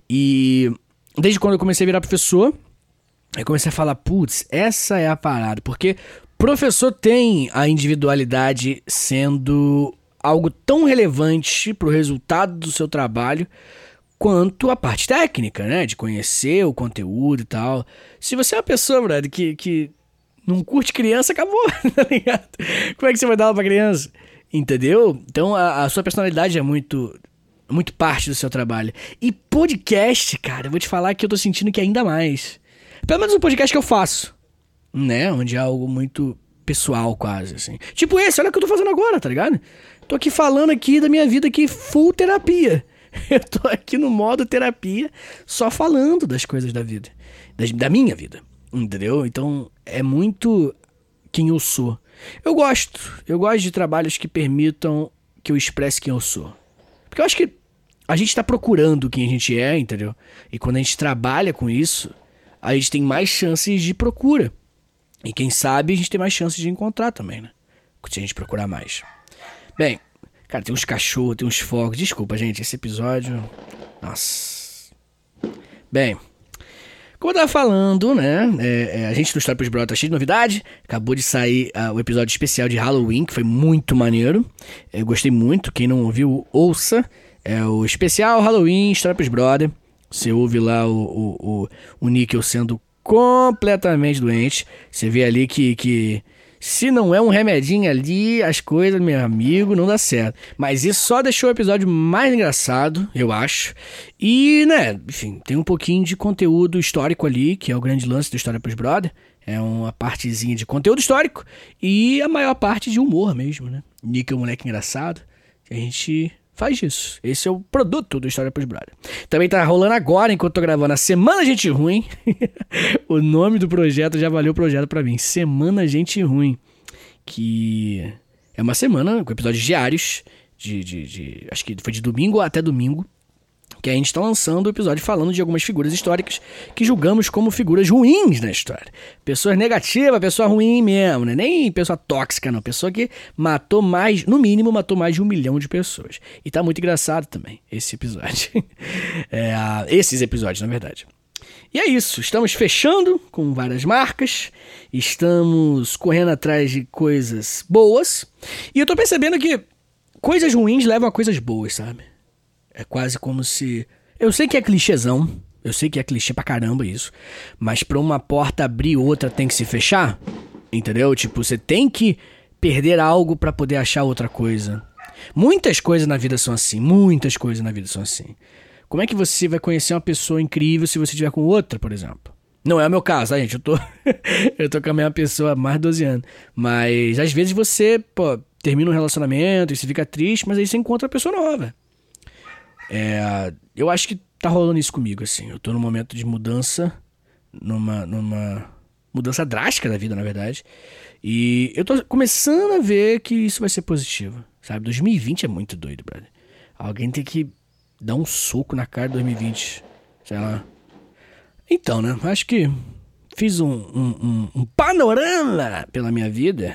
E desde quando eu comecei a virar professor, eu comecei a falar, putz, essa é a parada, porque professor tem a individualidade sendo algo tão relevante pro resultado do seu trabalho quanto a parte técnica, né? De conhecer o conteúdo e tal. Se você é uma pessoa, brother, que, que não curte criança, acabou, tá ligado? Como é que você vai dar aula pra criança? Entendeu? Então a, a sua personalidade é muito, muito parte do seu trabalho. E podcast, cara, eu vou te falar que eu tô sentindo que ainda mais. Pelo menos no podcast que eu faço, né? Onde é algo muito pessoal quase, assim. Tipo esse, olha o que eu tô fazendo agora, tá ligado? Tô aqui falando aqui da minha vida aqui, full terapia. Eu tô aqui no modo terapia, só falando das coisas da vida. Da, da minha vida, entendeu? Então, é muito quem eu sou. Eu gosto. Eu gosto de trabalhos que permitam que eu expresse quem eu sou. Porque eu acho que a gente tá procurando quem a gente é, entendeu? E quando a gente trabalha com isso, a gente tem mais chances de procura. E quem sabe a gente tem mais chances de encontrar também, né? Se a gente procurar mais. Bem, cara, tem uns cachorros, tem uns fogos. Desculpa, gente, esse episódio... Nossa. Bem, como eu tava falando, né? É, é, a gente do História pros Brother tá cheio de novidade. Acabou de sair uh, o episódio especial de Halloween, que foi muito maneiro. Eu gostei muito. Quem não ouviu, ouça. É o especial Halloween História pros Brother. Você ouve lá o, o, o, o Níquel sendo completamente doente. Você vê ali que, que se não é um remedinho ali, as coisas, meu amigo, não dá certo. Mas isso só deixou o episódio mais engraçado, eu acho. E, né, enfim, tem um pouquinho de conteúdo histórico ali, que é o grande lance do História pros Brother. É uma partezinha de conteúdo histórico e a maior parte de humor mesmo, né? Nick é um moleque engraçado. A gente faz isso. Esse é o produto do História pros Brother. Também tá rolando agora, enquanto eu tô gravando, a Semana Gente Ruim. O nome do projeto já valeu o projeto pra mim. Semana Gente Ruim. Que é uma semana com episódios diários. De, de, de, acho que foi de domingo até domingo. Que a gente está lançando o episódio falando de algumas figuras históricas que julgamos como figuras ruins na história. Pessoas negativas, pessoa ruim mesmo, né? Nem pessoa tóxica, não. Pessoa que matou mais, no mínimo, matou mais de um milhão de pessoas. E tá muito engraçado também, esse episódio. É, esses episódios, na verdade. E é isso, estamos fechando com várias marcas, estamos correndo atrás de coisas boas. E eu tô percebendo que coisas ruins levam a coisas boas, sabe? É quase como se... Eu sei que é clichêzão, eu sei que é clichê pra caramba isso, mas pra uma porta abrir, outra tem que se fechar, entendeu? Tipo, você tem que perder algo pra poder achar outra coisa. Muitas coisas na vida são assim, muitas coisas na vida são assim. Como é que você vai conhecer uma pessoa incrível se você estiver com outra, por exemplo? Não é o meu caso, tá, gente? Eu tô, eu tô com a mesma pessoa há mais de doze anos. Mas às vezes você, pô, termina um relacionamento e você fica triste, mas aí você encontra uma pessoa nova. É, eu acho que tá rolando isso comigo, assim. Eu tô num momento de mudança, numa, numa mudança drástica da vida, na verdade. E eu tô começando a ver que isso vai ser positivo, sabe? dois mil e vinte é muito doido, brother. Alguém tem que dar um soco na cara de dois mil e vinte, sei lá. Então, né? Acho que fiz um, um, um, um panorama pela minha vida.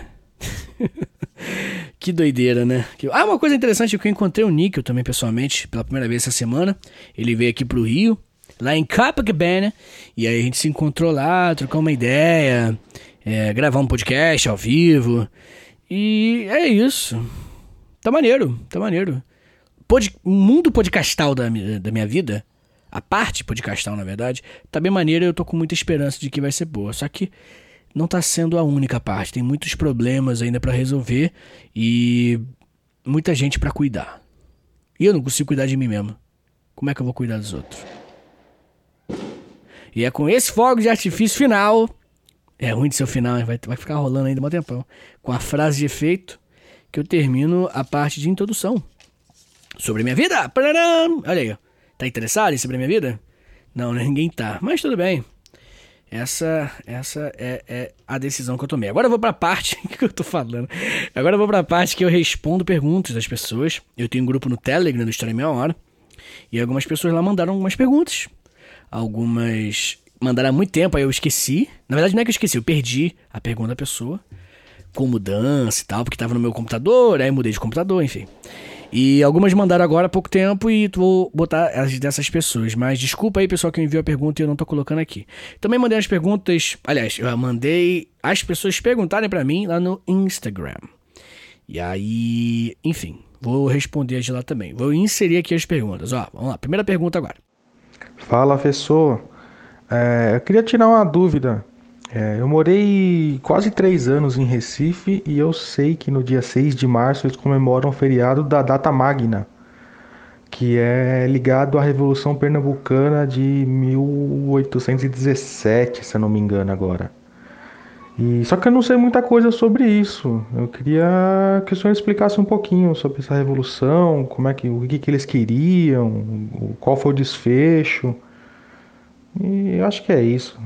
Que doideira, né? Ah, uma coisa interessante é que eu encontrei o Níquel também pessoalmente pela primeira vez essa semana. Ele veio aqui pro Rio, lá em Copacabana, e aí a gente se encontrou lá, trocar uma ideia, é, gravar um podcast ao vivo. E é isso. Tá maneiro, tá maneiro. Pod... O mundo podcastal da, da minha vida, a parte podcastal na verdade, tá bem maneiro e eu tô com muita esperança de que vai ser boa. Só que não tá sendo a única parte, tem muitos problemas ainda pra resolver e muita gente pra cuidar. E eu não consigo cuidar de mim mesmo. Como é que eu vou cuidar dos outros? E é com esse fogo de artifício final, é ruim de ser o final, vai, vai ficar rolando ainda um tempão, com a frase de efeito, que eu termino a parte de introdução. Sobre a minha vida? Pararam! Olha aí, tá interessado em sobre a minha vida? Não, ninguém tá, mas tudo bem. Essa, essa é, é a decisão que eu tomei. Agora eu vou pra parte que eu tô falando. Agora eu vou pra parte que eu respondo perguntas das pessoas. Eu tenho um grupo no Telegram do História em Meia Hora. E algumas pessoas lá mandaram algumas perguntas. Algumas mandaram há muito tempo, aí eu esqueci. Na verdade não é que eu esqueci, eu perdi a pergunta da pessoa. Com mudança e tal, porque tava no meu computador, aí mudei de computador, enfim. E algumas mandaram agora há pouco tempo e vou botar as dessas pessoas. Mas desculpa aí, pessoal, que me enviou a pergunta e eu não tô colocando aqui. Também mandei as perguntas... Aliás, eu mandei as pessoas perguntarem pra mim lá no Instagram. E aí, enfim, vou responder as de lá também. Vou inserir aqui as perguntas. Ó, vamos lá. Primeira pergunta agora. Fala, professor. É, eu queria tirar uma dúvida. É, eu morei quase três anos em Recife e eu sei que no dia seis de março eles comemoram o feriado da Data Magna, que é ligado à Revolução Pernambucana de mil oitocentos e dezessete, se eu não me engano agora. E, só que eu não sei muita coisa sobre isso. Eu queria que o senhor explicasse um pouquinho sobre essa revolução, como é que, o que, que eles queriam, qual foi o desfecho. E eu acho que é isso.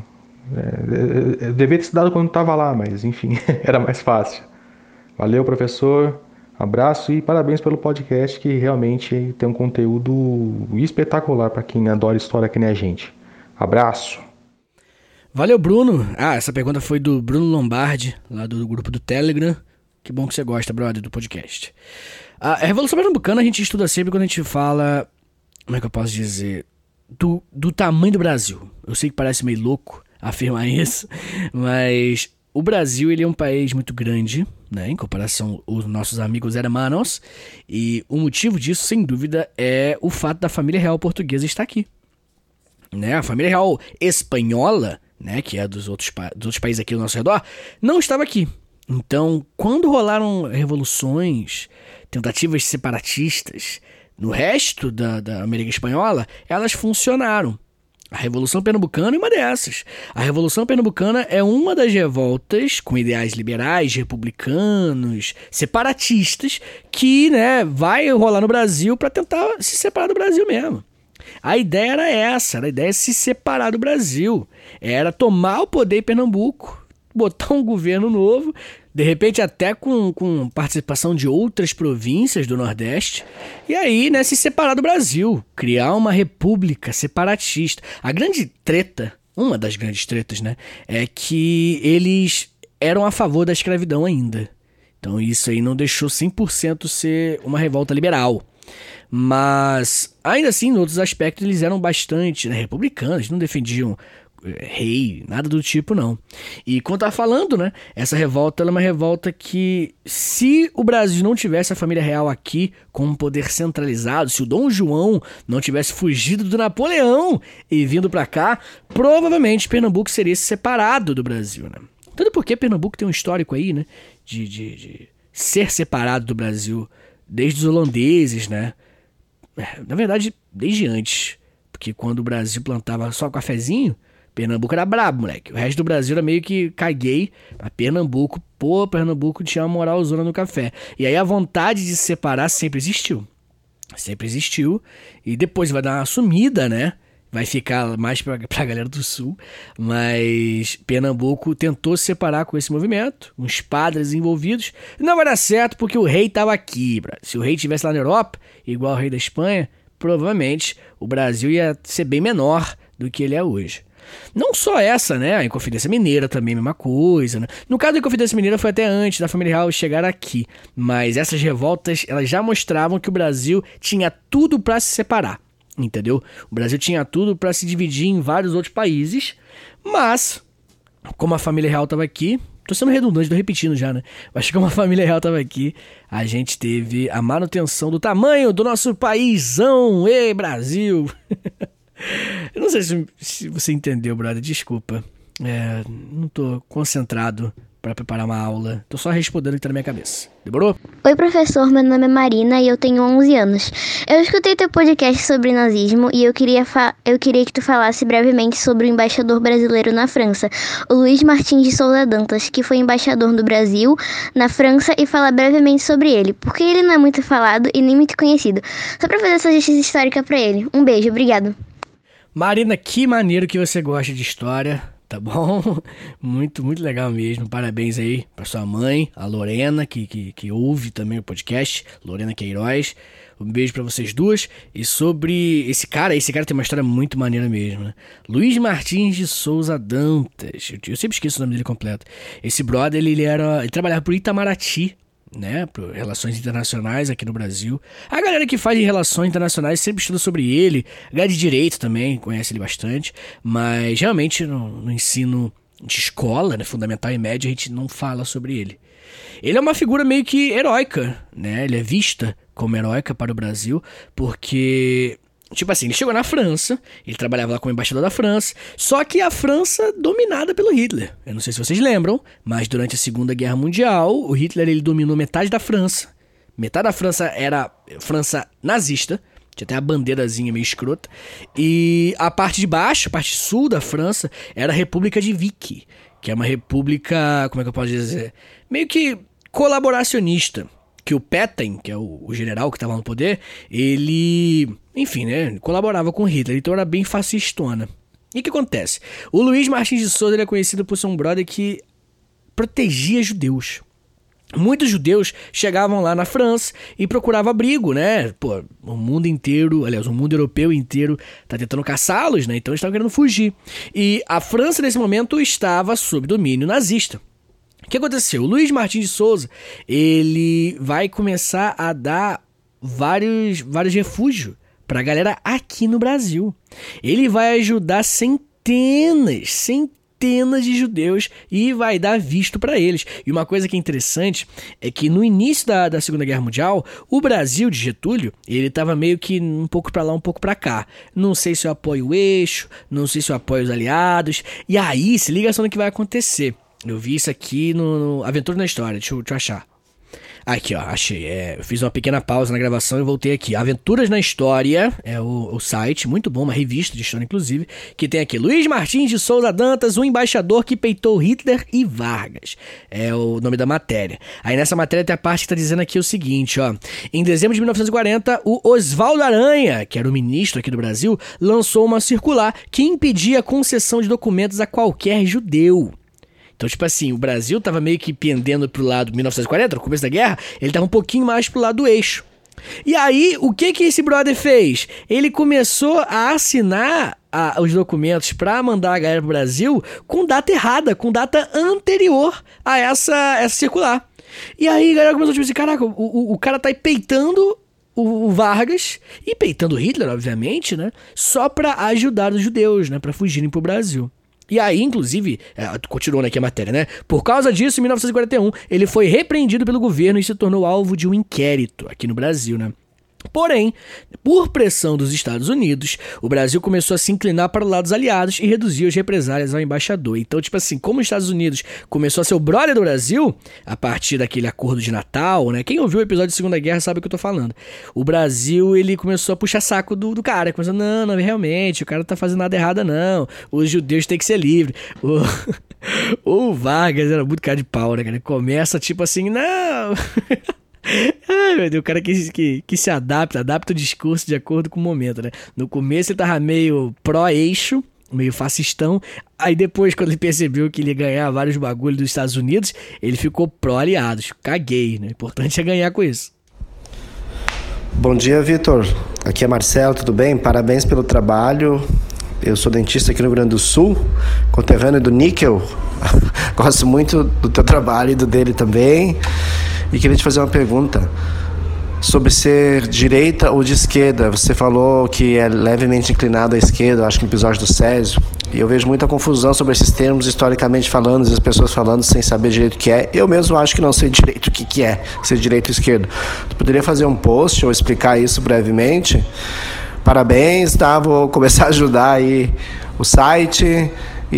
É, eu devia ter estudado quando estava lá, mas enfim, era mais fácil. Valeu, professor. Abraço e parabéns pelo podcast, que realmente tem um conteúdo espetacular para quem adora história que nem a gente. Abraço. Valeu, Bruno. Ah, essa pergunta foi do Bruno Lombardi, lá do grupo do Telegram. Que bom que você gosta, brother, do podcast. A Revolução Pernambucana a gente estuda sempre quando a gente fala... Como é que eu posso dizer? Do, do tamanho do Brasil. Eu sei que parece meio louco afirmar isso, mas o Brasil ele é um país muito grande, né, em comparação aos nossos amigos hermanos, e o motivo disso, sem dúvida, é o fato da família real portuguesa estar aqui. Né? A família real espanhola, né, que é dos outros, pa- dos outros países aqui ao nosso redor, não estava aqui. Então, quando rolaram revoluções, tentativas separatistas no resto da, da América Espanhola, elas funcionaram. A Revolução Pernambucana é uma dessas. A Revolução Pernambucana é uma das revoltas com ideais liberais, republicanos, separatistas, que, né, vai rolar no Brasil para tentar se separar do Brasil mesmo. A ideia era essa, era a ideia de se separar do Brasil. Era tomar o poder em Pernambuco, botar um governo novo, de repente até com, com participação de outras províncias do Nordeste, e aí, né, se separar do Brasil, criar uma república separatista. A grande treta, uma das grandes tretas, né, é que eles eram a favor da escravidão ainda. Então isso aí não deixou cem por cento ser uma revolta liberal. Mas, ainda assim, em outros aspectos, eles eram bastante, né, republicanos, não defendiam rei, nada do tipo, não. E como eu tava falando, né, essa revolta ela é uma revolta que, se o Brasil não tivesse a família real aqui com um poder centralizado, se o Dom João não tivesse fugido do Napoleão e vindo pra cá, provavelmente Pernambuco seria separado do Brasil, né? Tudo porque Pernambuco tem um histórico aí, né, de, de, de ser separado do Brasil desde os holandeses, né? Na verdade, desde antes, porque quando o Brasil plantava só cafezinho, Pernambuco era brabo, moleque. O resto do Brasil era meio que caguei. Mas Pernambuco, pô, Pernambuco tinha uma moralzona no café. E aí a vontade de se separar sempre existiu. Sempre existiu. E depois vai dar uma sumida, né? Vai ficar mais pra, pra galera do Sul. Mas Pernambuco tentou se separar com esse movimento. Uns padres envolvidos. Não vai dar certo porque o rei tava aqui, bro. Se o rei estivesse lá na Europa, igual o rei da Espanha, provavelmente o Brasil ia ser bem menor do que ele é hoje. Não só essa, né? A Inconfidência Mineira também, a mesma coisa, né? No caso da Inconfidência Mineira foi até antes da família real chegar aqui. Mas essas revoltas, elas já mostravam que o Brasil tinha tudo para se separar, entendeu? O Brasil tinha tudo para se dividir em vários outros países, mas, como a família real estava aqui, tô sendo redundante, tô repetindo já, né? Mas como a família real estava aqui, a gente teve a manutenção do tamanho do nosso paísão. Ei, Brasil! Eu não sei se, se você entendeu, brother, desculpa. É, não tô concentrado para preparar uma aula. Tô só respondendo o que tá na minha cabeça. Demorou? Oi, professor. Meu nome é Marina e eu tenho onze anos. Eu escutei teu podcast sobre nazismo e eu queria, fa- eu queria que tu falasse brevemente sobre o embaixador brasileiro na França, o Luiz Martins de Souza Dantas, que foi embaixador do Brasil na França, e falar brevemente sobre ele, porque ele não é muito falado e nem muito conhecido. Só pra fazer essa justiça histórica pra ele. Um beijo, obrigado. Marina, que maneiro que você gosta de história, tá bom? Muito, muito legal mesmo. Parabéns aí pra sua mãe, a Lorena, que, que, que ouve também o podcast, Lorena Queiroz. Um beijo pra vocês duas. E sobre esse cara, esse cara tem uma história muito maneira mesmo, né? Luiz Martins de Souza Dantas. Eu, eu sempre esqueço o nome dele completo. Esse brother, ele, ele era, ele trabalhava por Itamaraty, né, por relações internacionais aqui no Brasil. A galera que faz em relações internacionais sempre estuda sobre ele. A galera de direito também conhece ele bastante. Mas realmente no, no ensino de escola, né, fundamental e médio, a gente não fala sobre ele. Ele é uma figura meio que heróica, né? Ele é vista como heróica para o Brasil, porque, tipo assim, ele chegou na França, ele trabalhava lá como embaixador da França, só que a França dominada pelo Hitler. Eu não sei se vocês lembram, mas durante a Segunda Guerra Mundial, o Hitler ele dominou metade da França. Metade da França era França nazista, tinha até a bandeirazinha meio escrota, e a parte de baixo, a parte sul da França, era a República de Vichy, que é uma república, como é que eu posso dizer, meio que colaboracionista. Que o Petain, que é o, o general que estava no poder, ele, enfim, né, colaborava com Hitler, então era bem fascistona. E o que acontece? O Luiz Martins de Souza ele é conhecido por ser um brother que protegia judeus. Muitos judeus chegavam lá na França e procuravam abrigo, né? Pô, o mundo inteiro, aliás, o mundo europeu inteiro tá tentando caçá-los, né? Então eles estavam querendo fugir. E a França, nesse momento, estava sob domínio nazista. O que aconteceu? O Luiz Martins de Souza, ele vai começar a dar vários, vários refúgios pra galera aqui no Brasil. Ele vai ajudar centenas, centenas centenas de judeus e vai dar visto para eles. E uma coisa que é interessante é que no início da, da Segunda Guerra Mundial, o Brasil de Getúlio, ele estava meio que um pouco para lá, um pouco para cá. Não sei se eu apoio o eixo, não sei se eu apoio os aliados. E aí, se liga só no que vai acontecer. Eu vi isso aqui no, no Aventura na História, deixa eu, deixa eu achar. Aqui, ó, achei. É, eu fiz uma pequena pausa na gravação e voltei aqui. Aventuras na História é o, o site, muito bom, uma revista de história, inclusive, que tem aqui Luiz Martins de Souza Dantas, o embaixador que peitou Hitler e Vargas. É o nome da matéria. Aí nessa matéria tem a parte que tá dizendo aqui o seguinte, ó. Em dezembro de mil novecentos e quarenta, o Oswaldo Aranha, que era o ministro aqui do Brasil, lançou uma circular que impedia a concessão de documentos a qualquer judeu. Então, tipo assim, o Brasil tava meio que pendendo pro lado de mil novecentos e quarenta, no começo da guerra, ele tava um pouquinho mais pro lado do eixo. E aí, o que que esse brother fez? Ele começou a assinar a, os documentos pra mandar a galera pro Brasil com data errada, com data anterior a essa, essa circular. E aí, a galera começou a tipo assim, caraca, o, o, o cara tá aí peitando o, o Vargas e peitando Hitler, obviamente, né? Só pra ajudar os judeus, né? Pra fugirem pro Brasil. E aí, inclusive, é, continuando aqui a matéria, né? Por causa disso, em mil novecentos e quarenta e um, ele foi repreendido pelo governo e se tornou alvo de um inquérito aqui no Brasil, né? Porém, por pressão dos Estados Unidos, o Brasil começou a se inclinar para o lado dos aliados e reduziu as represálias ao embaixador. Então, tipo assim, como os Estados Unidos começou a ser o brother do Brasil, a partir daquele acordo de Natal, né? Quem ouviu o episódio de Segunda Guerra sabe o que eu tô falando. O Brasil, ele começou a puxar saco do, do cara. Começou, não, não, realmente, o cara não tá fazendo nada errado, não. Os judeus têm que ser livres. O, o Vargas era muito cara de pau, né, cara? Ele começa, tipo assim, não... Ai, meu Deus, o cara que, que, que se adapta, adapta o discurso de acordo com o momento, né? No começo ele tava meio pró-eixo, meio fascistão. Aí depois, quando ele percebeu que ele ia ganhar vários bagulhos dos Estados Unidos, ele ficou pró-aliados. Caguei, né? O importante é ganhar com isso. Bom dia, Vitor. Aqui é Marcelo, tudo bem? Parabéns pelo trabalho. Eu sou dentista aqui no Rio Grande do Sul, conterrâneo do Níquel. Gosto muito do teu trabalho e do dele também. E queria te fazer uma pergunta sobre ser direita ou de esquerda. Você falou que é levemente inclinado à esquerda, acho que no episódio do Césio. E eu vejo muita confusão sobre esses termos, historicamente falando, as pessoas falando sem saber direito o que é. Eu mesmo acho que não sei direito o que, que é ser direita ou esquerda. Tu poderia fazer um post ou explicar isso brevemente? Parabéns, tá? Vou começar a ajudar aí o site.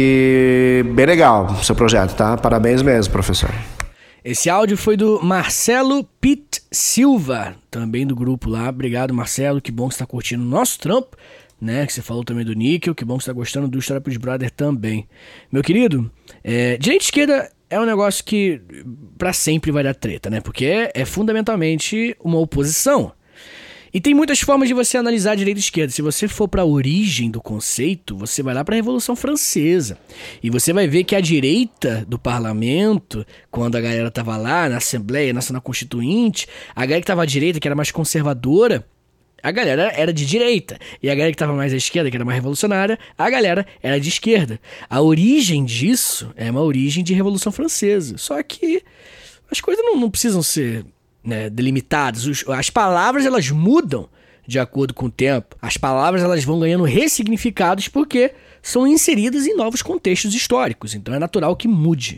E bem legal o seu projeto, tá? Parabéns mesmo, professor. Esse áudio foi do Marcelo Pitt Silva, também do grupo lá. Obrigado, Marcelo, que bom que você está curtindo o nosso trampo, né? Que você falou também do Níquel, que bom que você está gostando do História pros Brother também. Meu querido, é, direita e esquerda é um negócio que para sempre vai dar treta, né? Porque é, é fundamentalmente uma oposição. E tem muitas formas de você analisar a direita e a esquerda. Se você for para a origem do conceito, você vai lá para a Revolução Francesa. E você vai ver que a direita do parlamento, quando a galera tava lá na Assembleia Nacional Constituinte, a galera que tava à direita, que era mais conservadora, a galera era de direita. E a galera que tava mais à esquerda, que era mais revolucionária, a galera era de esquerda. A origem disso é uma origem de Revolução Francesa. Só que as coisas não, não precisam ser... né, delimitadas. Os, as palavras elas mudam de acordo com o tempo. As palavras elas vão ganhando ressignificados porque são inseridas em novos contextos históricos. Então é natural que mude.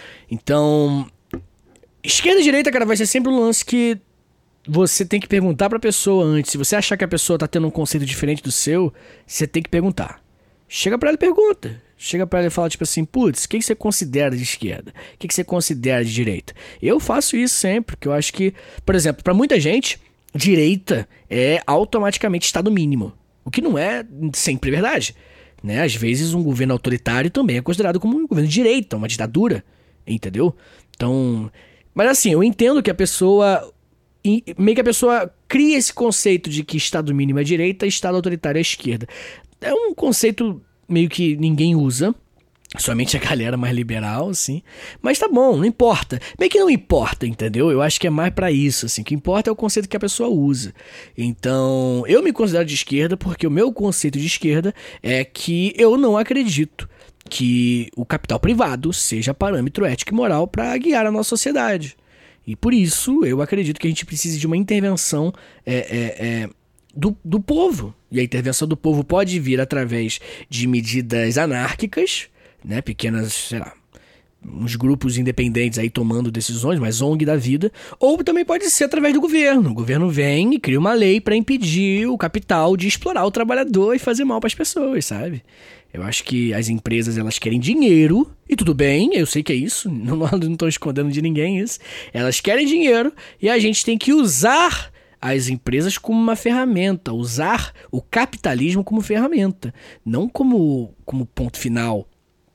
Então, esquerda e direita, cara, vai ser sempre um lance que você tem que perguntar pra pessoa antes. Se você achar que a pessoa tá tendo um conceito diferente do seu, você tem que perguntar. Chega pra ela e pergunta. Chega pra ela e fala tipo assim, putz, o que você considera de esquerda? O que você considera de direita? Eu faço isso sempre, porque eu acho que, por exemplo, pra muita gente, direita é automaticamente estado mínimo. O que não é sempre verdade, né? Às vezes um governo autoritário também é considerado como um governo de direita, uma ditadura, entendeu? Então, mas assim, eu entendo que a pessoa... meio que a pessoa cria esse conceito de que estado mínimo é direita e estado autoritário é esquerda. É um conceito meio que ninguém usa, somente a galera mais liberal, assim. Mas tá bom, não importa. Meio que não importa, entendeu? Eu acho que é mais pra isso, assim. O que importa é o conceito que a pessoa usa. Então, eu me considero de esquerda porque o meu conceito de esquerda é que eu não acredito que o capital privado seja parâmetro ético e moral pra guiar a nossa sociedade. E por isso, eu acredito que a gente precisa de uma intervenção é, é, é, do, do povo. E a intervenção do povo pode vir através de medidas anárquicas, né? Pequenas, sei lá, uns grupos independentes aí tomando decisões, mas O N G da vida, ou também pode ser através do governo. O governo vem e cria uma lei para impedir o capital de explorar o trabalhador e fazer mal para as pessoas, sabe? Eu acho que as empresas, elas querem dinheiro, e tudo bem, eu sei que é isso, não, não tô escondendo de ninguém isso. Elas querem dinheiro e a gente tem que usar as empresas como uma ferramenta, usar o capitalismo como ferramenta, não como, como ponto final.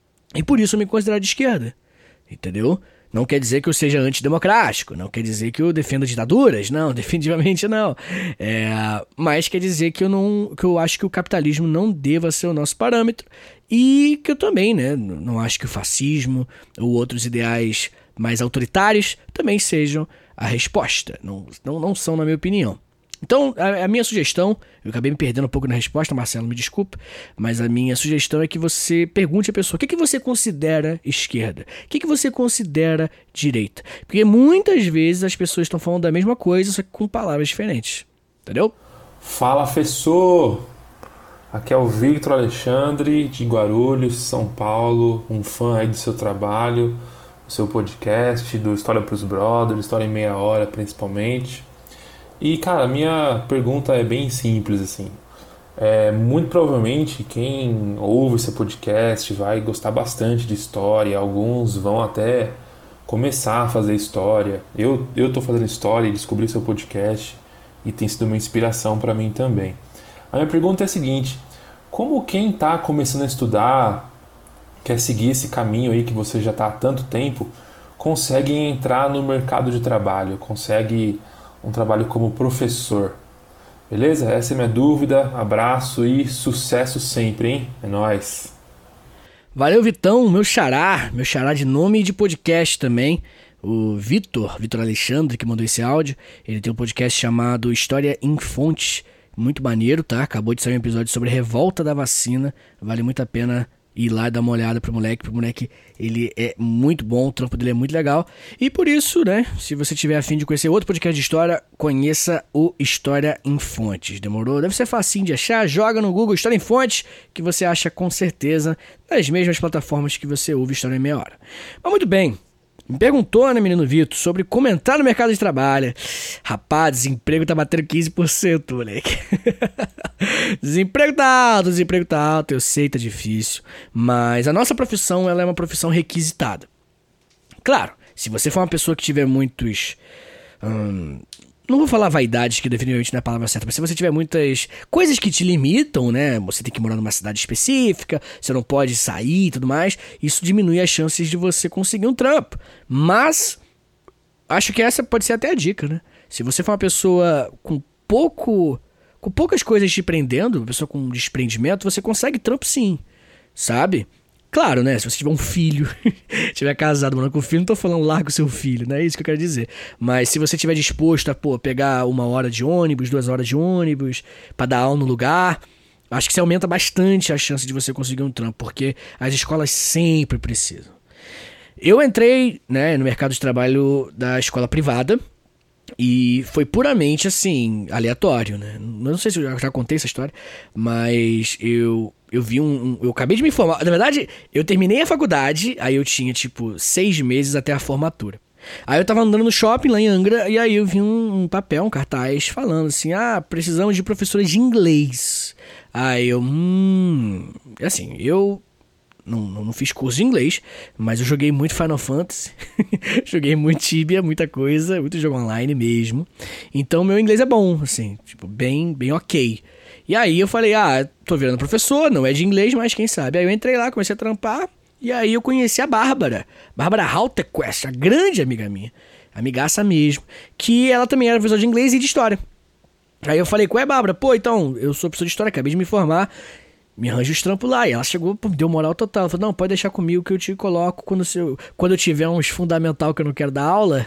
E por isso eu me considero de esquerda, entendeu? Não quer dizer que eu seja antidemocrático, não quer dizer que eu defenda ditaduras, não, definitivamente não. É, mas quer dizer que eu, não, que eu acho que o capitalismo não deva ser o nosso parâmetro e que eu também, né, não acho que o fascismo ou outros ideais mais autoritários também sejam a resposta, não, não, não são na minha opinião. Então, a, a minha sugestão, eu acabei me perdendo um pouco na resposta, Marcelo, me desculpe, mas a minha sugestão é que você pergunte à pessoa, o que, que você considera esquerda? O que, que você considera direita? Porque muitas vezes as pessoas estão falando da mesma coisa, só que com palavras diferentes, entendeu? Fala, Fessô! Aqui é o Victor Alexandre, de Guarulhos, São Paulo, um fã aí do seu trabalho, do seu podcast, do História pros Brothers, História em Meia Hora, principalmente. E, cara, a minha pergunta é bem simples, assim. É, muito provavelmente quem ouve esse podcast vai gostar bastante de história. Alguns vão até começar a fazer história. Eu, eu tô fazendo história e descobri seu podcast e tem sido uma inspiração para mim também. A minha pergunta é a seguinte: como quem tá começando a estudar, quer seguir esse caminho aí que você já tá há tanto tempo, consegue entrar no mercado de trabalho, consegue um trabalho como professor? Beleza? Essa é a minha dúvida. Abraço e sucesso sempre, hein? É nóis. Valeu, Vitão, meu xará, meu xará de nome e de podcast também. O Vitor, Vitor Alexandre, que mandou esse áudio. Ele tem um podcast chamado História em Fontes. Muito maneiro, tá? Acabou de sair um episódio sobre a revolta da vacina. Vale muito a pena ir lá e dar uma olhada pro moleque. Pro moleque, ele é muito bom, o trampo dele é muito legal. E por isso, né, se você tiver a fim de conhecer outro podcast de história, conheça o História em Fontes. Demorou? Deve ser facinho de achar. Joga no Google História em Fontes, que você acha com certeza nas mesmas plataformas que você ouve História em Meia Hora. Mas muito bem. Me perguntou, né, menino Vitor, sobre como entrar no mercado de trabalho. Rapaz, desemprego tá batendo quinze por cento, moleque. Desemprego tá alto, desemprego tá alto, eu sei, tá difícil. Mas a nossa profissão, ela é uma profissão requisitada. Claro, se você for uma pessoa que tiver muitos... Hum, não vou falar vaidades, que definitivamente não é a palavra certa, mas se você tiver muitas coisas que te limitam, né? Você tem que morar numa cidade específica, você não pode sair e tudo mais, isso diminui as chances de você conseguir um trampo. Mas, acho que essa pode ser até a dica, né? Se você for uma pessoa com pouco... com poucas coisas te prendendo, uma pessoa com desprendimento, você consegue trampo sim, sabe? Claro, né? Se você tiver um filho, tiver casado, morando com filho, não tô falando larga o seu filho, não é isso que eu quero dizer. Mas se você estiver disposto a, pô, pegar uma hora de ônibus, duas horas de ônibus, pra dar aula no lugar, acho que isso aumenta bastante a chance de você conseguir um trampo, porque as escolas sempre precisam. Eu entrei, né, no mercado de trabalho da escola privada, e foi puramente, assim, aleatório, né? Não sei se eu já, já contei essa história, mas eu, eu vi um, um... Eu acabei de me formar. Na verdade, eu terminei a faculdade, aí eu tinha, tipo, seis meses até a formatura. Aí eu tava andando no shopping lá em Angra, e aí eu vi um, um papel, um cartaz, falando assim, ah, precisamos de professores de inglês. Aí eu, hum... Assim, eu... Não, não, não fiz curso de inglês, mas eu joguei muito Final Fantasy, joguei muito Tibia, muita coisa, muito jogo online mesmo. Então meu inglês é bom, assim, tipo, bem, bem ok. E aí eu falei, ah, tô virando professor, não é de inglês, mas quem sabe. Aí eu entrei lá, comecei a trampar, e aí eu conheci a Bárbara, Bárbara Halterquest, a grande amiga minha, amigaça mesmo, que ela também era professora de inglês e de história. Aí eu falei, qual é, Bárbara? Pô, então, eu sou professor de história, acabei de me formar, me arranja os trampos lá. E ela chegou, pô, deu moral total. Ela falou, não, pode deixar comigo que eu te coloco quando, seu, quando eu tiver uns fundamental que eu não quero dar aula,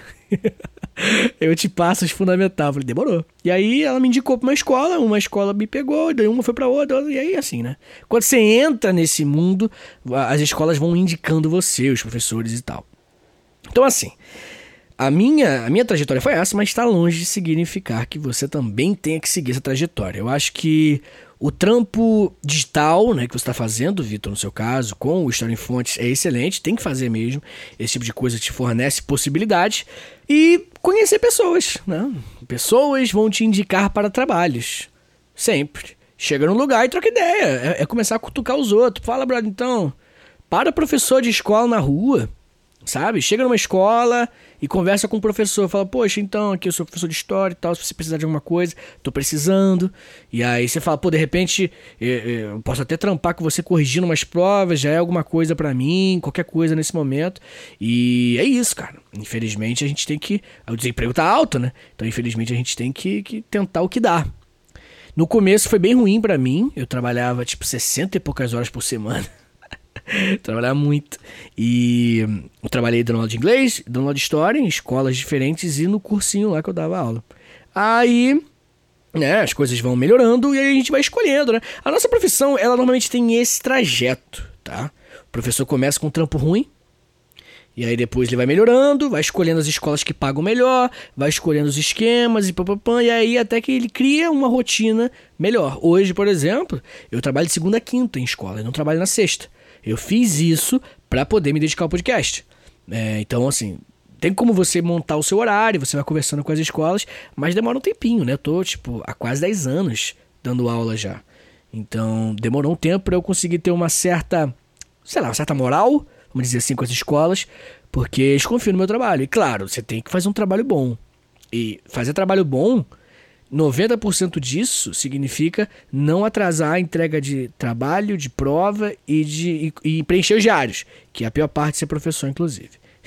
eu te passo os fundamental. Eu falei, demorou. E aí ela me indicou pra uma escola, uma escola me pegou, daí uma foi pra outra, e aí assim, né? Quando você entra nesse mundo, as escolas vão indicando você, os professores e tal. Então assim, a minha, a minha trajetória foi essa, mas está longe de significar que você também tenha que seguir essa trajetória. Eu acho que O trampo digital, né, que você está fazendo, Vitor, no seu caso, com o História em Fontes é excelente, tem que fazer mesmo. Esse tipo de coisa te fornece possibilidades. E conhecer pessoas, né? Pessoas vão te indicar para trabalhos. Sempre. Chega num lugar e troca ideia. É, é começar a cutucar os outros. Fala, brother, então, para professor de escola na rua, sabe? Chega numa escola e conversa com o professor. Fala, poxa, então, aqui eu sou professor de história e tal. Se você precisar de alguma coisa, tô precisando. E aí você fala, pô, de repente, eu, eu posso até trampar com você corrigindo umas provas. Já é alguma coisa pra mim, qualquer coisa nesse momento. E é isso, cara. Infelizmente, a gente tem que... O desemprego tá alto, né? Então, infelizmente, a gente tem que, que tentar o que dá. No começo foi bem ruim pra mim. Eu trabalhava, tipo, sessenta e poucas horas por semana. Trabalhava muito. E eu trabalhei dando aula de inglês, dando aula de história em escolas diferentes e no cursinho lá que eu dava aula. Aí, né, as coisas vão melhorando e aí a gente vai escolhendo, né? A nossa profissão, ela normalmente tem esse trajeto, tá? O professor começa com um trampo ruim, e aí depois ele vai melhorando, vai escolhendo as escolas que pagam melhor, vai escolhendo os esquemas e papapã, e aí até que ele cria uma rotina melhor. Hoje, por exemplo, eu trabalho de segunda a quinta em escola, eu não trabalho na sexta. Eu fiz isso para poder me dedicar ao podcast. É, então, assim, tem como você montar o seu horário, você vai conversando com as escolas, mas demora um tempinho, né? Eu tô, tipo, há quase dez anos dando aula já. Então, demorou um tempo para eu conseguir ter uma certa, sei lá, uma certa moral, vamos dizer assim, com as escolas, porque eles confiam no meu trabalho. E claro, você tem que fazer um trabalho bom. E fazer trabalho bom, noventa por cento disso significa não atrasar a entrega de trabalho, de prova e, de, e, e preencher os diários, que é a pior parte de ser professor, inclusive.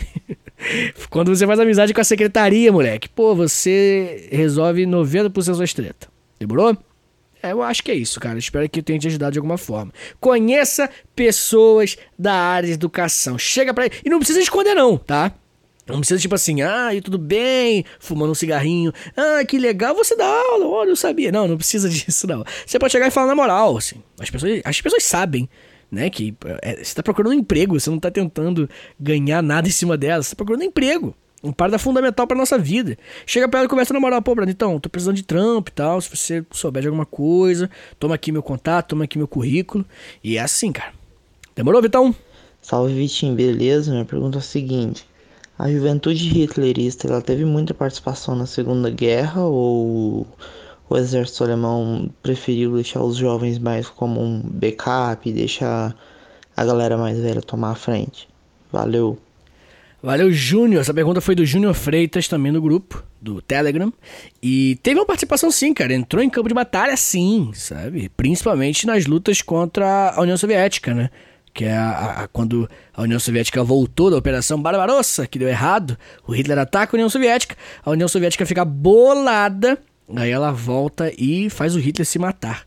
Quando você faz amizade com a secretaria, moleque, pô, você resolve noventa por cento das suas tretas. Demorou? É, eu acho que é isso, cara. Espero que eu tenha te ajudado de alguma forma. Conheça pessoas da área de educação. Chega pra ele. E não precisa esconder não, tá? Não precisa tipo assim, ah, e tudo bem, fumando um cigarrinho, ah, que legal, você dá aula, olha, eu sabia. Não, não precisa disso não. Você pode chegar e falar na moral, assim. As pessoas, as pessoas sabem, né, que é, você tá procurando um emprego, você não tá tentando ganhar nada em cima dela, você tá procurando um emprego. Um parada fundamental pra nossa vida. Chega pra ela e conversa na moral, pô, Brando, então, tô precisando de trampo e tal, se você souber de alguma coisa, toma aqui meu contato, toma aqui meu currículo. E é assim, cara. Demorou, Vitão? Salve, Vitinho, beleza? Minha pergunta é a seguinte. A juventude hitlerista, ela teve muita participação na Segunda Guerra ou o exército alemão preferiu deixar os jovens mais como um backup e deixar a galera mais velha tomar a frente? Valeu. Valeu, Júnior. Essa pergunta foi do Júnior Freitas, também no grupo do Telegram. E teve uma participação sim, cara. Entrou em campo de batalha sim, sabe? Principalmente nas lutas contra a União Soviética, né? Que é a, a, a, quando a União Soviética voltou da Operação Barbarossa, que deu errado, o Hitler ataca a União Soviética, a União Soviética fica bolada, aí ela volta e faz o Hitler se matar.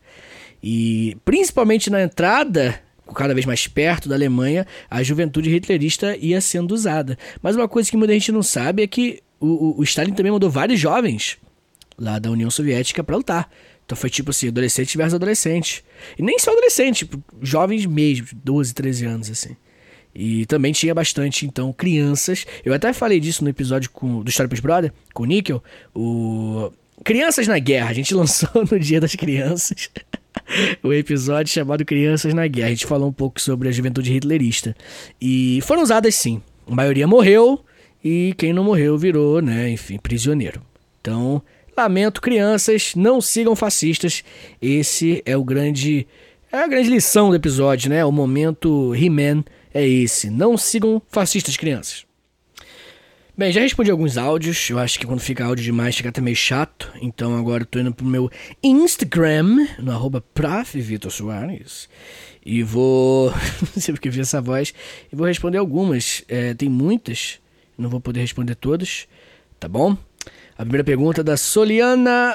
E principalmente na entrada, cada vez mais perto da Alemanha, a juventude hitlerista ia sendo usada. Mas uma coisa que muita gente não sabe é que o, o, o Stalin também mandou vários jovens lá da União Soviética pra lutar. Então foi tipo assim, adolescente versus adolescente. E nem só adolescente, tipo, jovens mesmo, doze, treze anos, assim. E também tinha bastante, então, crianças. Eu até falei disso no episódio com, do História pros Brother, com o Níquel. O... Crianças na Guerra. A gente lançou no Dia das Crianças o episódio chamado Crianças na Guerra. A gente falou um pouco sobre a juventude hitlerista. E foram usadas sim. A maioria morreu e quem não morreu virou, né, enfim, prisioneiro. Então... Lamento, crianças, não sigam fascistas. Esse é o grande, é a grande lição do episódio, né? O momento He-Man é esse. Não sigam fascistas, crianças. Bem, já respondi alguns áudios. Eu acho que quando fica áudio demais fica até meio chato. Então agora eu tô indo pro meu Instagram, no arroba prof Vitor Soares. E vou... não sei porque vi essa voz. E vou responder algumas. É, tem muitas. Não vou poder responder todas. Tá bom? A primeira pergunta é da Soliana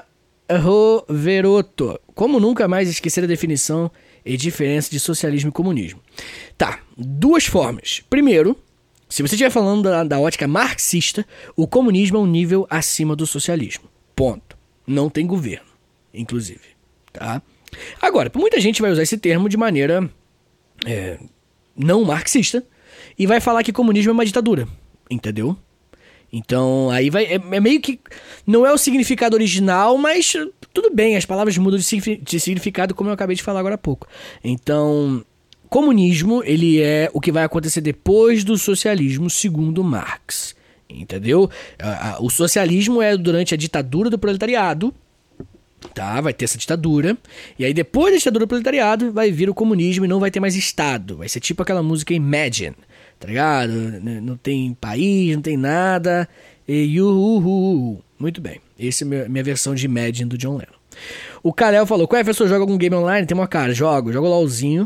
Roveroto. Como nunca mais esquecer a definição e diferença de socialismo e comunismo? Tá, duas formas. Primeiro, se você estiver falando da, da ótica marxista, o comunismo é um nível acima do socialismo. Ponto. Não tem governo, inclusive. Tá? Agora, muita gente vai usar esse termo de maneira é, não marxista e vai falar que comunismo é uma ditadura. Entendeu? Então, aí vai... É, é meio que... Não é o significado original, mas tudo bem, as palavras mudam de significado, como eu acabei de falar agora há pouco. Então, comunismo, ele é o que vai acontecer depois do socialismo, segundo Marx. Entendeu? O socialismo é durante a ditadura do proletariado, tá? Vai ter essa ditadura, e aí depois da ditadura do proletariado vai vir o comunismo e não vai ter mais Estado. Vai ser tipo aquela música Imagine, tá ligado? Não tem país, não tem nada, e uhuhu. Muito bem, essa é a minha versão de Imagine do John Lennon. O Kalel falou, qual é, professor, joga algum game online? Tem uma cara, jogo, jogo LOLzinho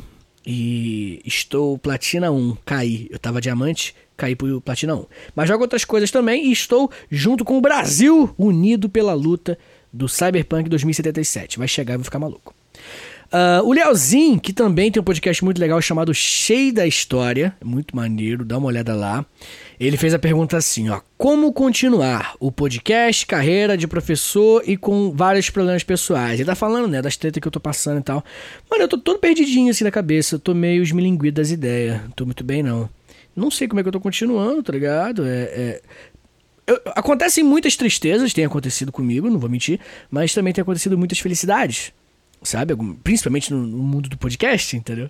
e estou platina um, caí. Eu tava diamante, caí pro platina um. Mas jogo outras coisas também e estou junto com o Brasil, unido pela luta do Cyberpunk dois mil e setenta e sete. Vai chegar e vou ficar maluco. Uh, o Leozinho, que também tem um podcast muito legal chamado Cheio da História, muito maneiro, dá uma olhada lá. Ele fez a pergunta assim, ó, como continuar o podcast, carreira de professor e com vários problemas pessoais? Ele tá falando, né, das tretas que eu tô passando e tal. Mano, eu tô todo perdidinho assim na cabeça, eu tô meio esmilinguido das ideias, não tô muito bem não. Não sei como é que eu tô continuando, tá ligado? É... é... Eu, acontecem muitas tristezas, tem acontecido comigo, não vou mentir, mas também tem acontecido muitas felicidades, sabe? Principalmente no, no mundo do podcast, entendeu?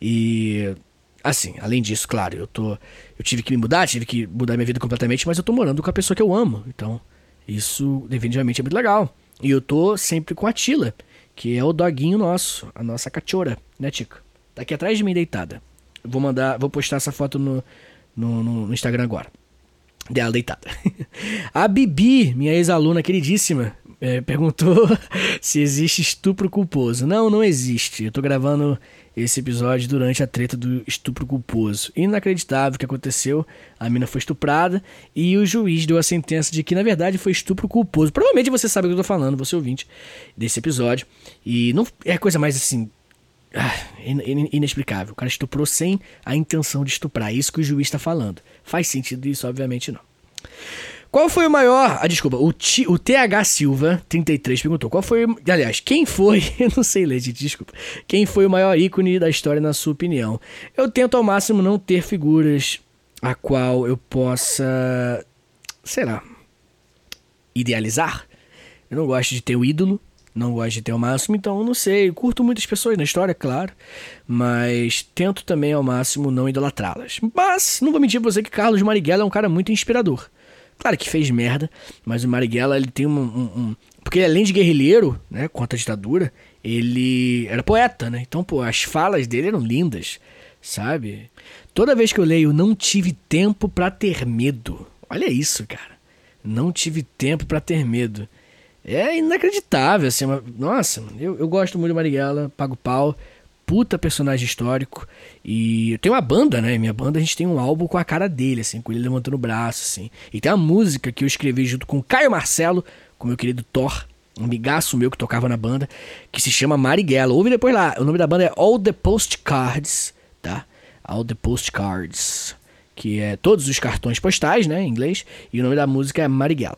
E, assim, além disso, claro, eu tô, eu tive que me mudar, tive que mudar minha vida completamente, mas eu tô morando com a pessoa que eu amo, então isso definitivamente é muito legal. E eu tô sempre com a Tila, que é o doguinho nosso, a nossa cachorra, né, Tico? Tá aqui atrás de mim deitada. Eu vou mandar, vou postar essa foto no, no, no Instagram agora. Dela deitada. A Bibi, minha ex-aluna queridíssima, é, perguntou se existe estupro culposo. Não, não existe. Eu tô gravando esse episódio durante a treta do estupro culposo. Inacreditável o que aconteceu. A mina foi estuprada e o juiz deu a sentença de que, na verdade, foi estupro culposo. Provavelmente você sabe o que eu tô falando, você ouvinte desse episódio. E não é a coisa mais assim... Ah, inexplicável. O cara estuprou sem a intenção de estuprar. É isso que o juiz está falando. Faz sentido isso? Obviamente não. Qual foi o maior... Ah, desculpa. O, T, o T H Silva, trinta e três, perguntou. Qual foi... Aliás, quem foi... Eu não sei ler, gente, desculpa. Quem foi o maior ícone da história, na sua opinião? Eu tento ao máximo não ter figuras a qual eu possa... Sei lá... Idealizar. Eu não gosto de ter o ídolo. Não gosto de ter o máximo, então eu não sei. Eu curto muitas pessoas na história, claro. Mas tento também ao máximo não idolatrá-las. Mas não vou mentir pra você que Carlos Marighella é um cara muito inspirador. Claro que fez merda, mas o Marighella, ele tem um... um, um... Porque além de guerrilheiro, né, contra a ditadura, ele era poeta, né? Então, pô, as falas dele eram lindas, sabe? Toda vez que eu leio, não tive tempo pra ter medo. Olha isso, cara. Não tive tempo pra ter medo. É inacreditável, assim, uma... nossa, eu, eu gosto muito do Marighella, pago pau, puta personagem histórico, e eu tenho uma banda, né, minha banda a gente tem um álbum com a cara dele, assim, com ele levantando o braço, assim, e tem uma música que eu escrevi junto com o Caio Marcelo, com meu querido Thor, um amigaço meu que tocava na banda, que se chama Marighella, ouve depois lá, o nome da banda é All the Postcards, tá, All the Postcards, que é todos os cartões postais, né, em inglês, e o nome da música é Marighella.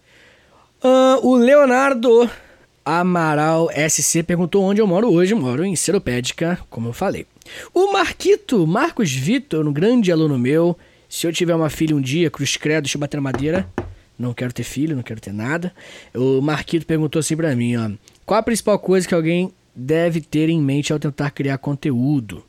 Uh, o Leonardo Amaral S C perguntou onde eu moro hoje. Eu moro em Seropédica, como eu falei. O Marquito, Marcos Vitor, um grande aluno meu. Se eu tiver uma filha um dia, cruz credo, deixa eu bater na madeira. Não quero ter filho, não quero ter nada. O Marquito perguntou assim pra mim, ó. Qual a principal coisa que alguém deve ter em mente ao tentar criar conteúdo?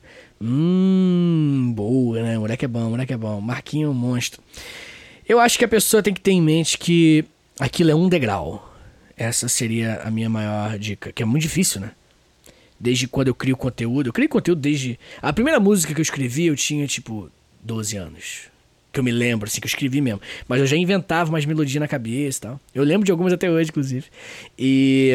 Hum, boa, né? Moleque é bom, moleque é bom. Marquinho é um monstro. Eu acho que a pessoa tem que ter em mente que aquilo é um degrau. Essa seria a minha maior dica. Que é muito difícil, né? Desde quando eu crio conteúdo. Eu crio conteúdo desde... A primeira música que eu escrevi, eu tinha, tipo, doze anos. Que eu me lembro, assim, que eu escrevi mesmo. Mas eu já inventava umas melodias na cabeça e tal. Eu lembro de algumas até hoje, inclusive. E...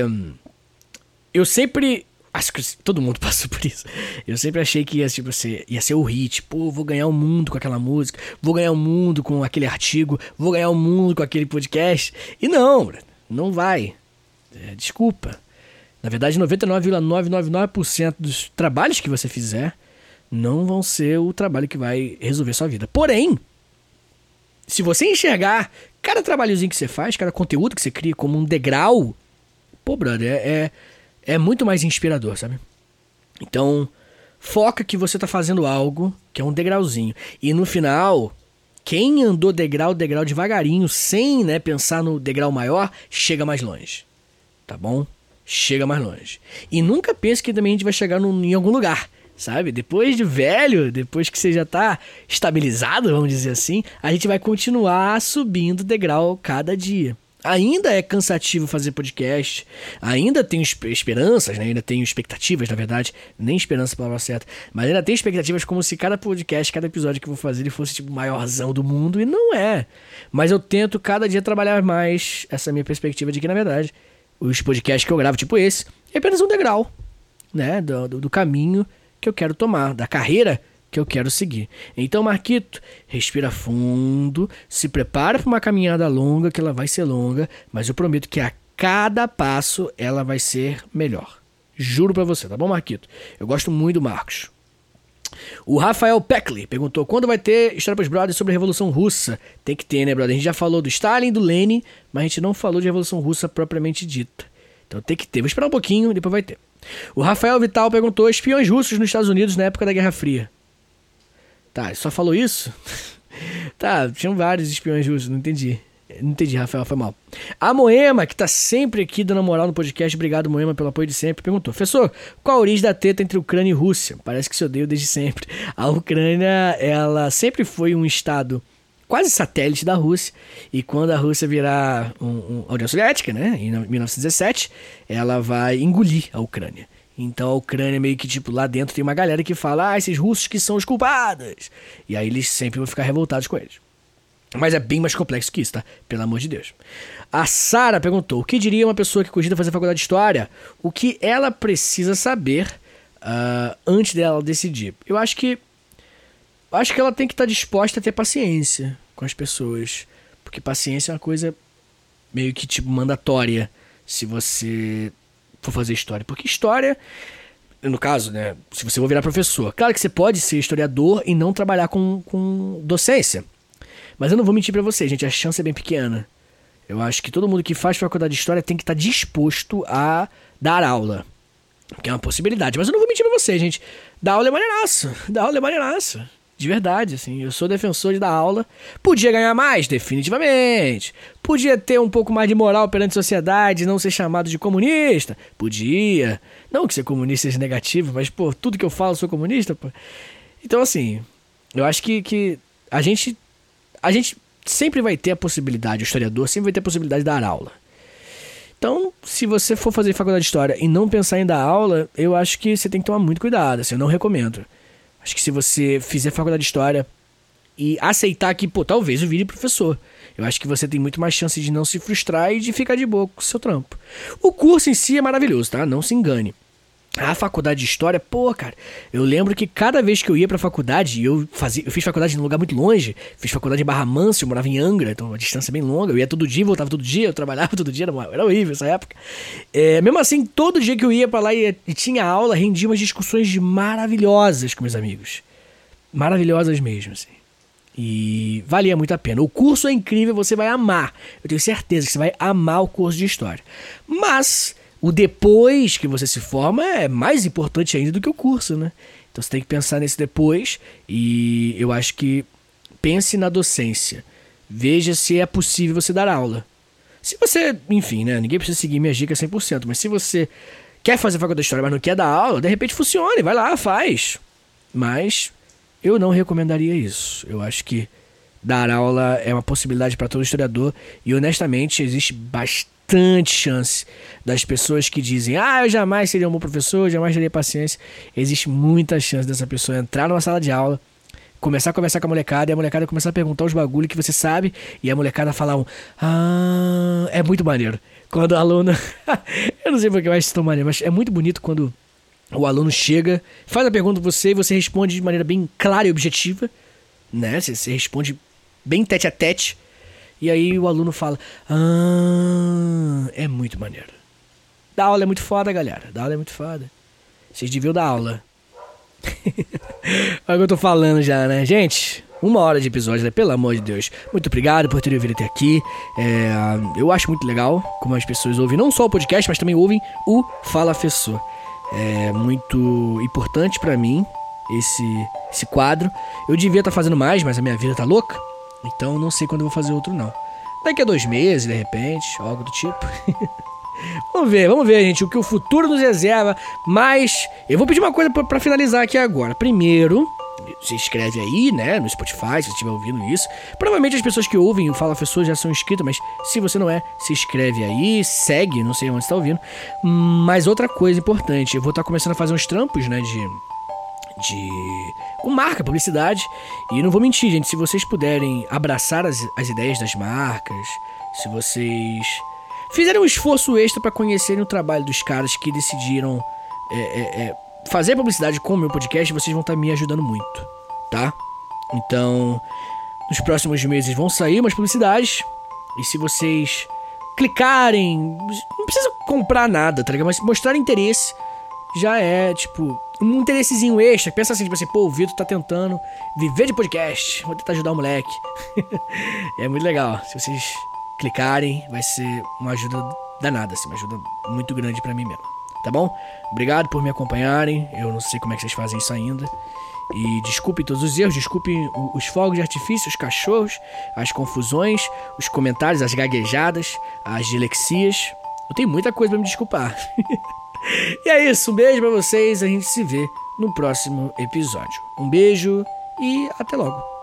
eu sempre... Acho que todo mundo passou por isso. Eu sempre achei que ia, tipo, ser, ia ser o hit. Pô, vou ganhar o mundo com aquela música. Vou ganhar o mundo com aquele artigo. Vou ganhar o mundo com aquele podcast. E não, não vai. É, desculpa. Na verdade, noventa e nove vírgula novecentos e noventa e nove por cento dos trabalhos que você fizer não vão ser o trabalho que vai resolver sua vida. Porém, se você enxergar cada trabalhozinho que você faz, cada conteúdo que você cria como um degrau, pô, brother, é... é É muito mais inspirador, sabe? Então, foca que você tá fazendo algo que é um degrauzinho. E no final, quem andou degrau, degrau devagarinho, sem, né, pensar no degrau maior, chega mais longe. Tá bom? chega mais longe. E nunca pense que também a gente vai chegar num, em algum lugar, sabe? Depois de velho, depois que você já tá estabilizado, vamos dizer assim, a gente vai continuar subindo degrau cada dia. Ainda é cansativo fazer podcast, ainda tenho esperanças, né? Ainda tenho expectativas, na verdade, nem esperança é a palavra certa, mas ainda tenho expectativas como se cada podcast, cada episódio que eu vou fazer, ele fosse tipo o maiorzão do mundo, e não é. Mas eu tento cada dia trabalhar mais essa minha perspectiva de que, na verdade, os podcasts que eu gravo, tipo esse, é apenas um degrau, né? Do, do, do caminho que eu quero tomar, da carreira que eu quero seguir. Então, Marquito, respira fundo, se prepara para uma caminhada longa, que ela vai ser longa, mas eu prometo que a cada passo ela vai ser melhor. Juro pra você, tá bom, Marquito? Eu gosto muito do Marcos. O Rafael Peckley perguntou, quando vai ter História pros Brothers sobre a Revolução Russa? Tem que ter, né, brother? A gente já falou do Stalin, do Lenin, mas a gente não falou de Revolução Russa propriamente dita. Então tem que ter. Vou esperar um pouquinho, depois vai ter. O Rafael Vital perguntou, espiões russos nos Estados Unidos na época da Guerra Fria. Tá, só falou isso? Tá, tinham vários espiões russos, não entendi. Não entendi, Rafael, foi mal. A Moema, que tá sempre aqui dando moral no podcast, obrigado, Moema, pelo apoio de sempre, perguntou, professor, qual a origem da treta entre Ucrânia e Rússia? Parece que se odeio desde sempre. A Ucrânia, ela sempre foi um estado quase satélite da Rússia, e quando a Rússia virar um, um, a União Soviética, né, em mil novecentos e dezessete, ela vai engolir a Ucrânia. Então a Ucrânia meio que, tipo, lá dentro tem uma galera que fala, ah, esses russos que são os culpados. E aí eles sempre vão ficar revoltados com eles. Mas é bem mais complexo que isso, tá? Pelo amor de Deus. A Sara perguntou, o que diria uma pessoa que cogita fazer faculdade de História? O que ela precisa saber uh, antes dela decidir? Eu acho que acho que ela tem que estar disposta a ter paciência com as pessoas. Porque paciência é uma coisa meio que, tipo, mandatória se você for fazer história. Porque história, no caso, né, se você for virar professor, claro que você pode ser historiador e não trabalhar com, com docência. Mas eu não vou mentir pra você, gente, a chance é bem pequena. Eu acho que todo mundo que faz faculdade de história tem que estar disposto a dar aula. Que é uma possibilidade. Mas eu não vou mentir pra você, gente. Dar aula é maneiraço. Dar aula é maneiraço. De verdade, assim. Eu sou defensor de dar aula. Podia ganhar mais? Definitivamente. Podia ter um pouco mais de moral perante a sociedade e não ser chamado de comunista? Podia. Não que ser comunista seja negativo, mas, pô, tudo que eu falo eu sou comunista, pô. Então, assim, eu acho que, que a gente... A gente sempre vai ter a possibilidade, o historiador sempre vai ter a possibilidade de dar aula. Então, se você for fazer faculdade de História e não pensar em dar aula, eu acho que você tem que tomar muito cuidado, assim, eu não recomendo. Acho que se você fizer faculdade de História e aceitar que, pô, talvez eu vire professor, eu acho que você tem muito mais chance de não se frustrar e de ficar de boa com o seu trampo. O curso em si é maravilhoso, tá? Não se engane. A faculdade de História, pô, cara, eu lembro que cada vez que eu ia pra faculdade, eu, fazia, eu fiz faculdade num lugar muito longe, fiz faculdade em Barra Mansa, eu morava em Angra, então uma distância bem longa, eu ia todo dia, voltava todo dia, eu trabalhava todo dia, era, era horrível essa época. É, mesmo assim, todo dia que eu ia pra lá e, e tinha aula, rendia umas discussões maravilhosas com meus amigos. Maravilhosas mesmo, assim. E valia muito a pena. O curso é incrível, você vai amar. Eu tenho certeza que você vai amar o curso de História. Mas o depois que você se forma é mais importante ainda do que o curso, né? Então você tem que pensar nesse depois e eu acho que pense na docência. Veja se é possível você dar aula. Se você, enfim, né? Ninguém precisa seguir minhas dicas cem por cento, mas se você quer fazer faculdade de História, mas não quer dar aula, de repente funcione, vai lá, faz. Mas eu não recomendaria isso. Eu acho que dar aula é uma possibilidade para todo historiador e honestamente existe bastante bastante chance das pessoas que dizem, ah, eu jamais seria um bom professor, jamais teria paciência. Existe muita chance dessa pessoa entrar numa sala de aula, começar a conversar com a molecada e a molecada começar a perguntar os bagulho que você sabe e a molecada falar um, ah, é muito maneiro. Quando o aluno, eu não sei porque eu acho isso tão maneiro, mas é muito bonito quando o aluno chega, faz a pergunta pra você e você responde de maneira bem clara e objetiva, né? Você, você responde bem tete a tete. E aí o aluno fala, ah, é muito maneiro. Dar aula é muito foda, galera. Dar aula é muito foda. Vocês deviam dar aula. Olha o que eu tô falando já, né? Gente, uma hora de episódio, né? Pelo amor de Deus. Muito obrigado por terem vindo até aqui. É, eu acho muito legal como as pessoas ouvem não só o podcast, mas também ouvem o Fala Fessor. É muito importante pra mim esse, esse quadro. Eu devia estar fazendo mais, mas a minha vida tá louca. Então não sei quando eu vou fazer outro não. Daqui a dois meses, de repente, algo do tipo. Vamos ver, vamos ver, gente, o que o futuro nos reserva. Mas eu vou pedir uma coisa pra, pra finalizar aqui agora. Primeiro, se inscreve aí, né, no Spotify, se você estiver ouvindo isso. Provavelmente as pessoas que ouvem o Fala Fessor já são inscritas, mas se você não é, se inscreve aí, segue, não sei onde você tá ouvindo. Mas outra coisa importante, eu vou estar começando a fazer uns trampos, né, de... de com marca, publicidade. E não vou mentir, gente, se vocês puderem abraçar as, as ideias das marcas, se vocês fizerem um esforço extra para conhecerem o trabalho dos caras que decidiram é, é, é, fazer publicidade com o meu podcast, vocês vão estar me ajudando muito, tá? Então, nos próximos meses vão sair umas publicidades, e se vocês clicarem, não precisa comprar nada, tá ligado? Mas mostrar interesse já é, tipo, um interessezinho extra. Pensa assim, tipo assim, pô, o Vitor tá tentando viver de podcast, vou tentar ajudar o moleque. É muito legal. Se vocês clicarem, vai ser uma ajuda danada, assim, uma ajuda muito grande pra mim mesmo. Tá bom? Obrigado por me acompanharem. Eu não sei como é que vocês fazem isso ainda. E desculpem todos os erros, desculpem os fogos de artifício, os cachorros, as confusões, os comentários, as gaguejadas, as dilexias. Eu tenho muita coisa pra me desculpar. E é isso, um beijo pra vocês, a gente se vê no próximo episódio. Um beijo e até logo.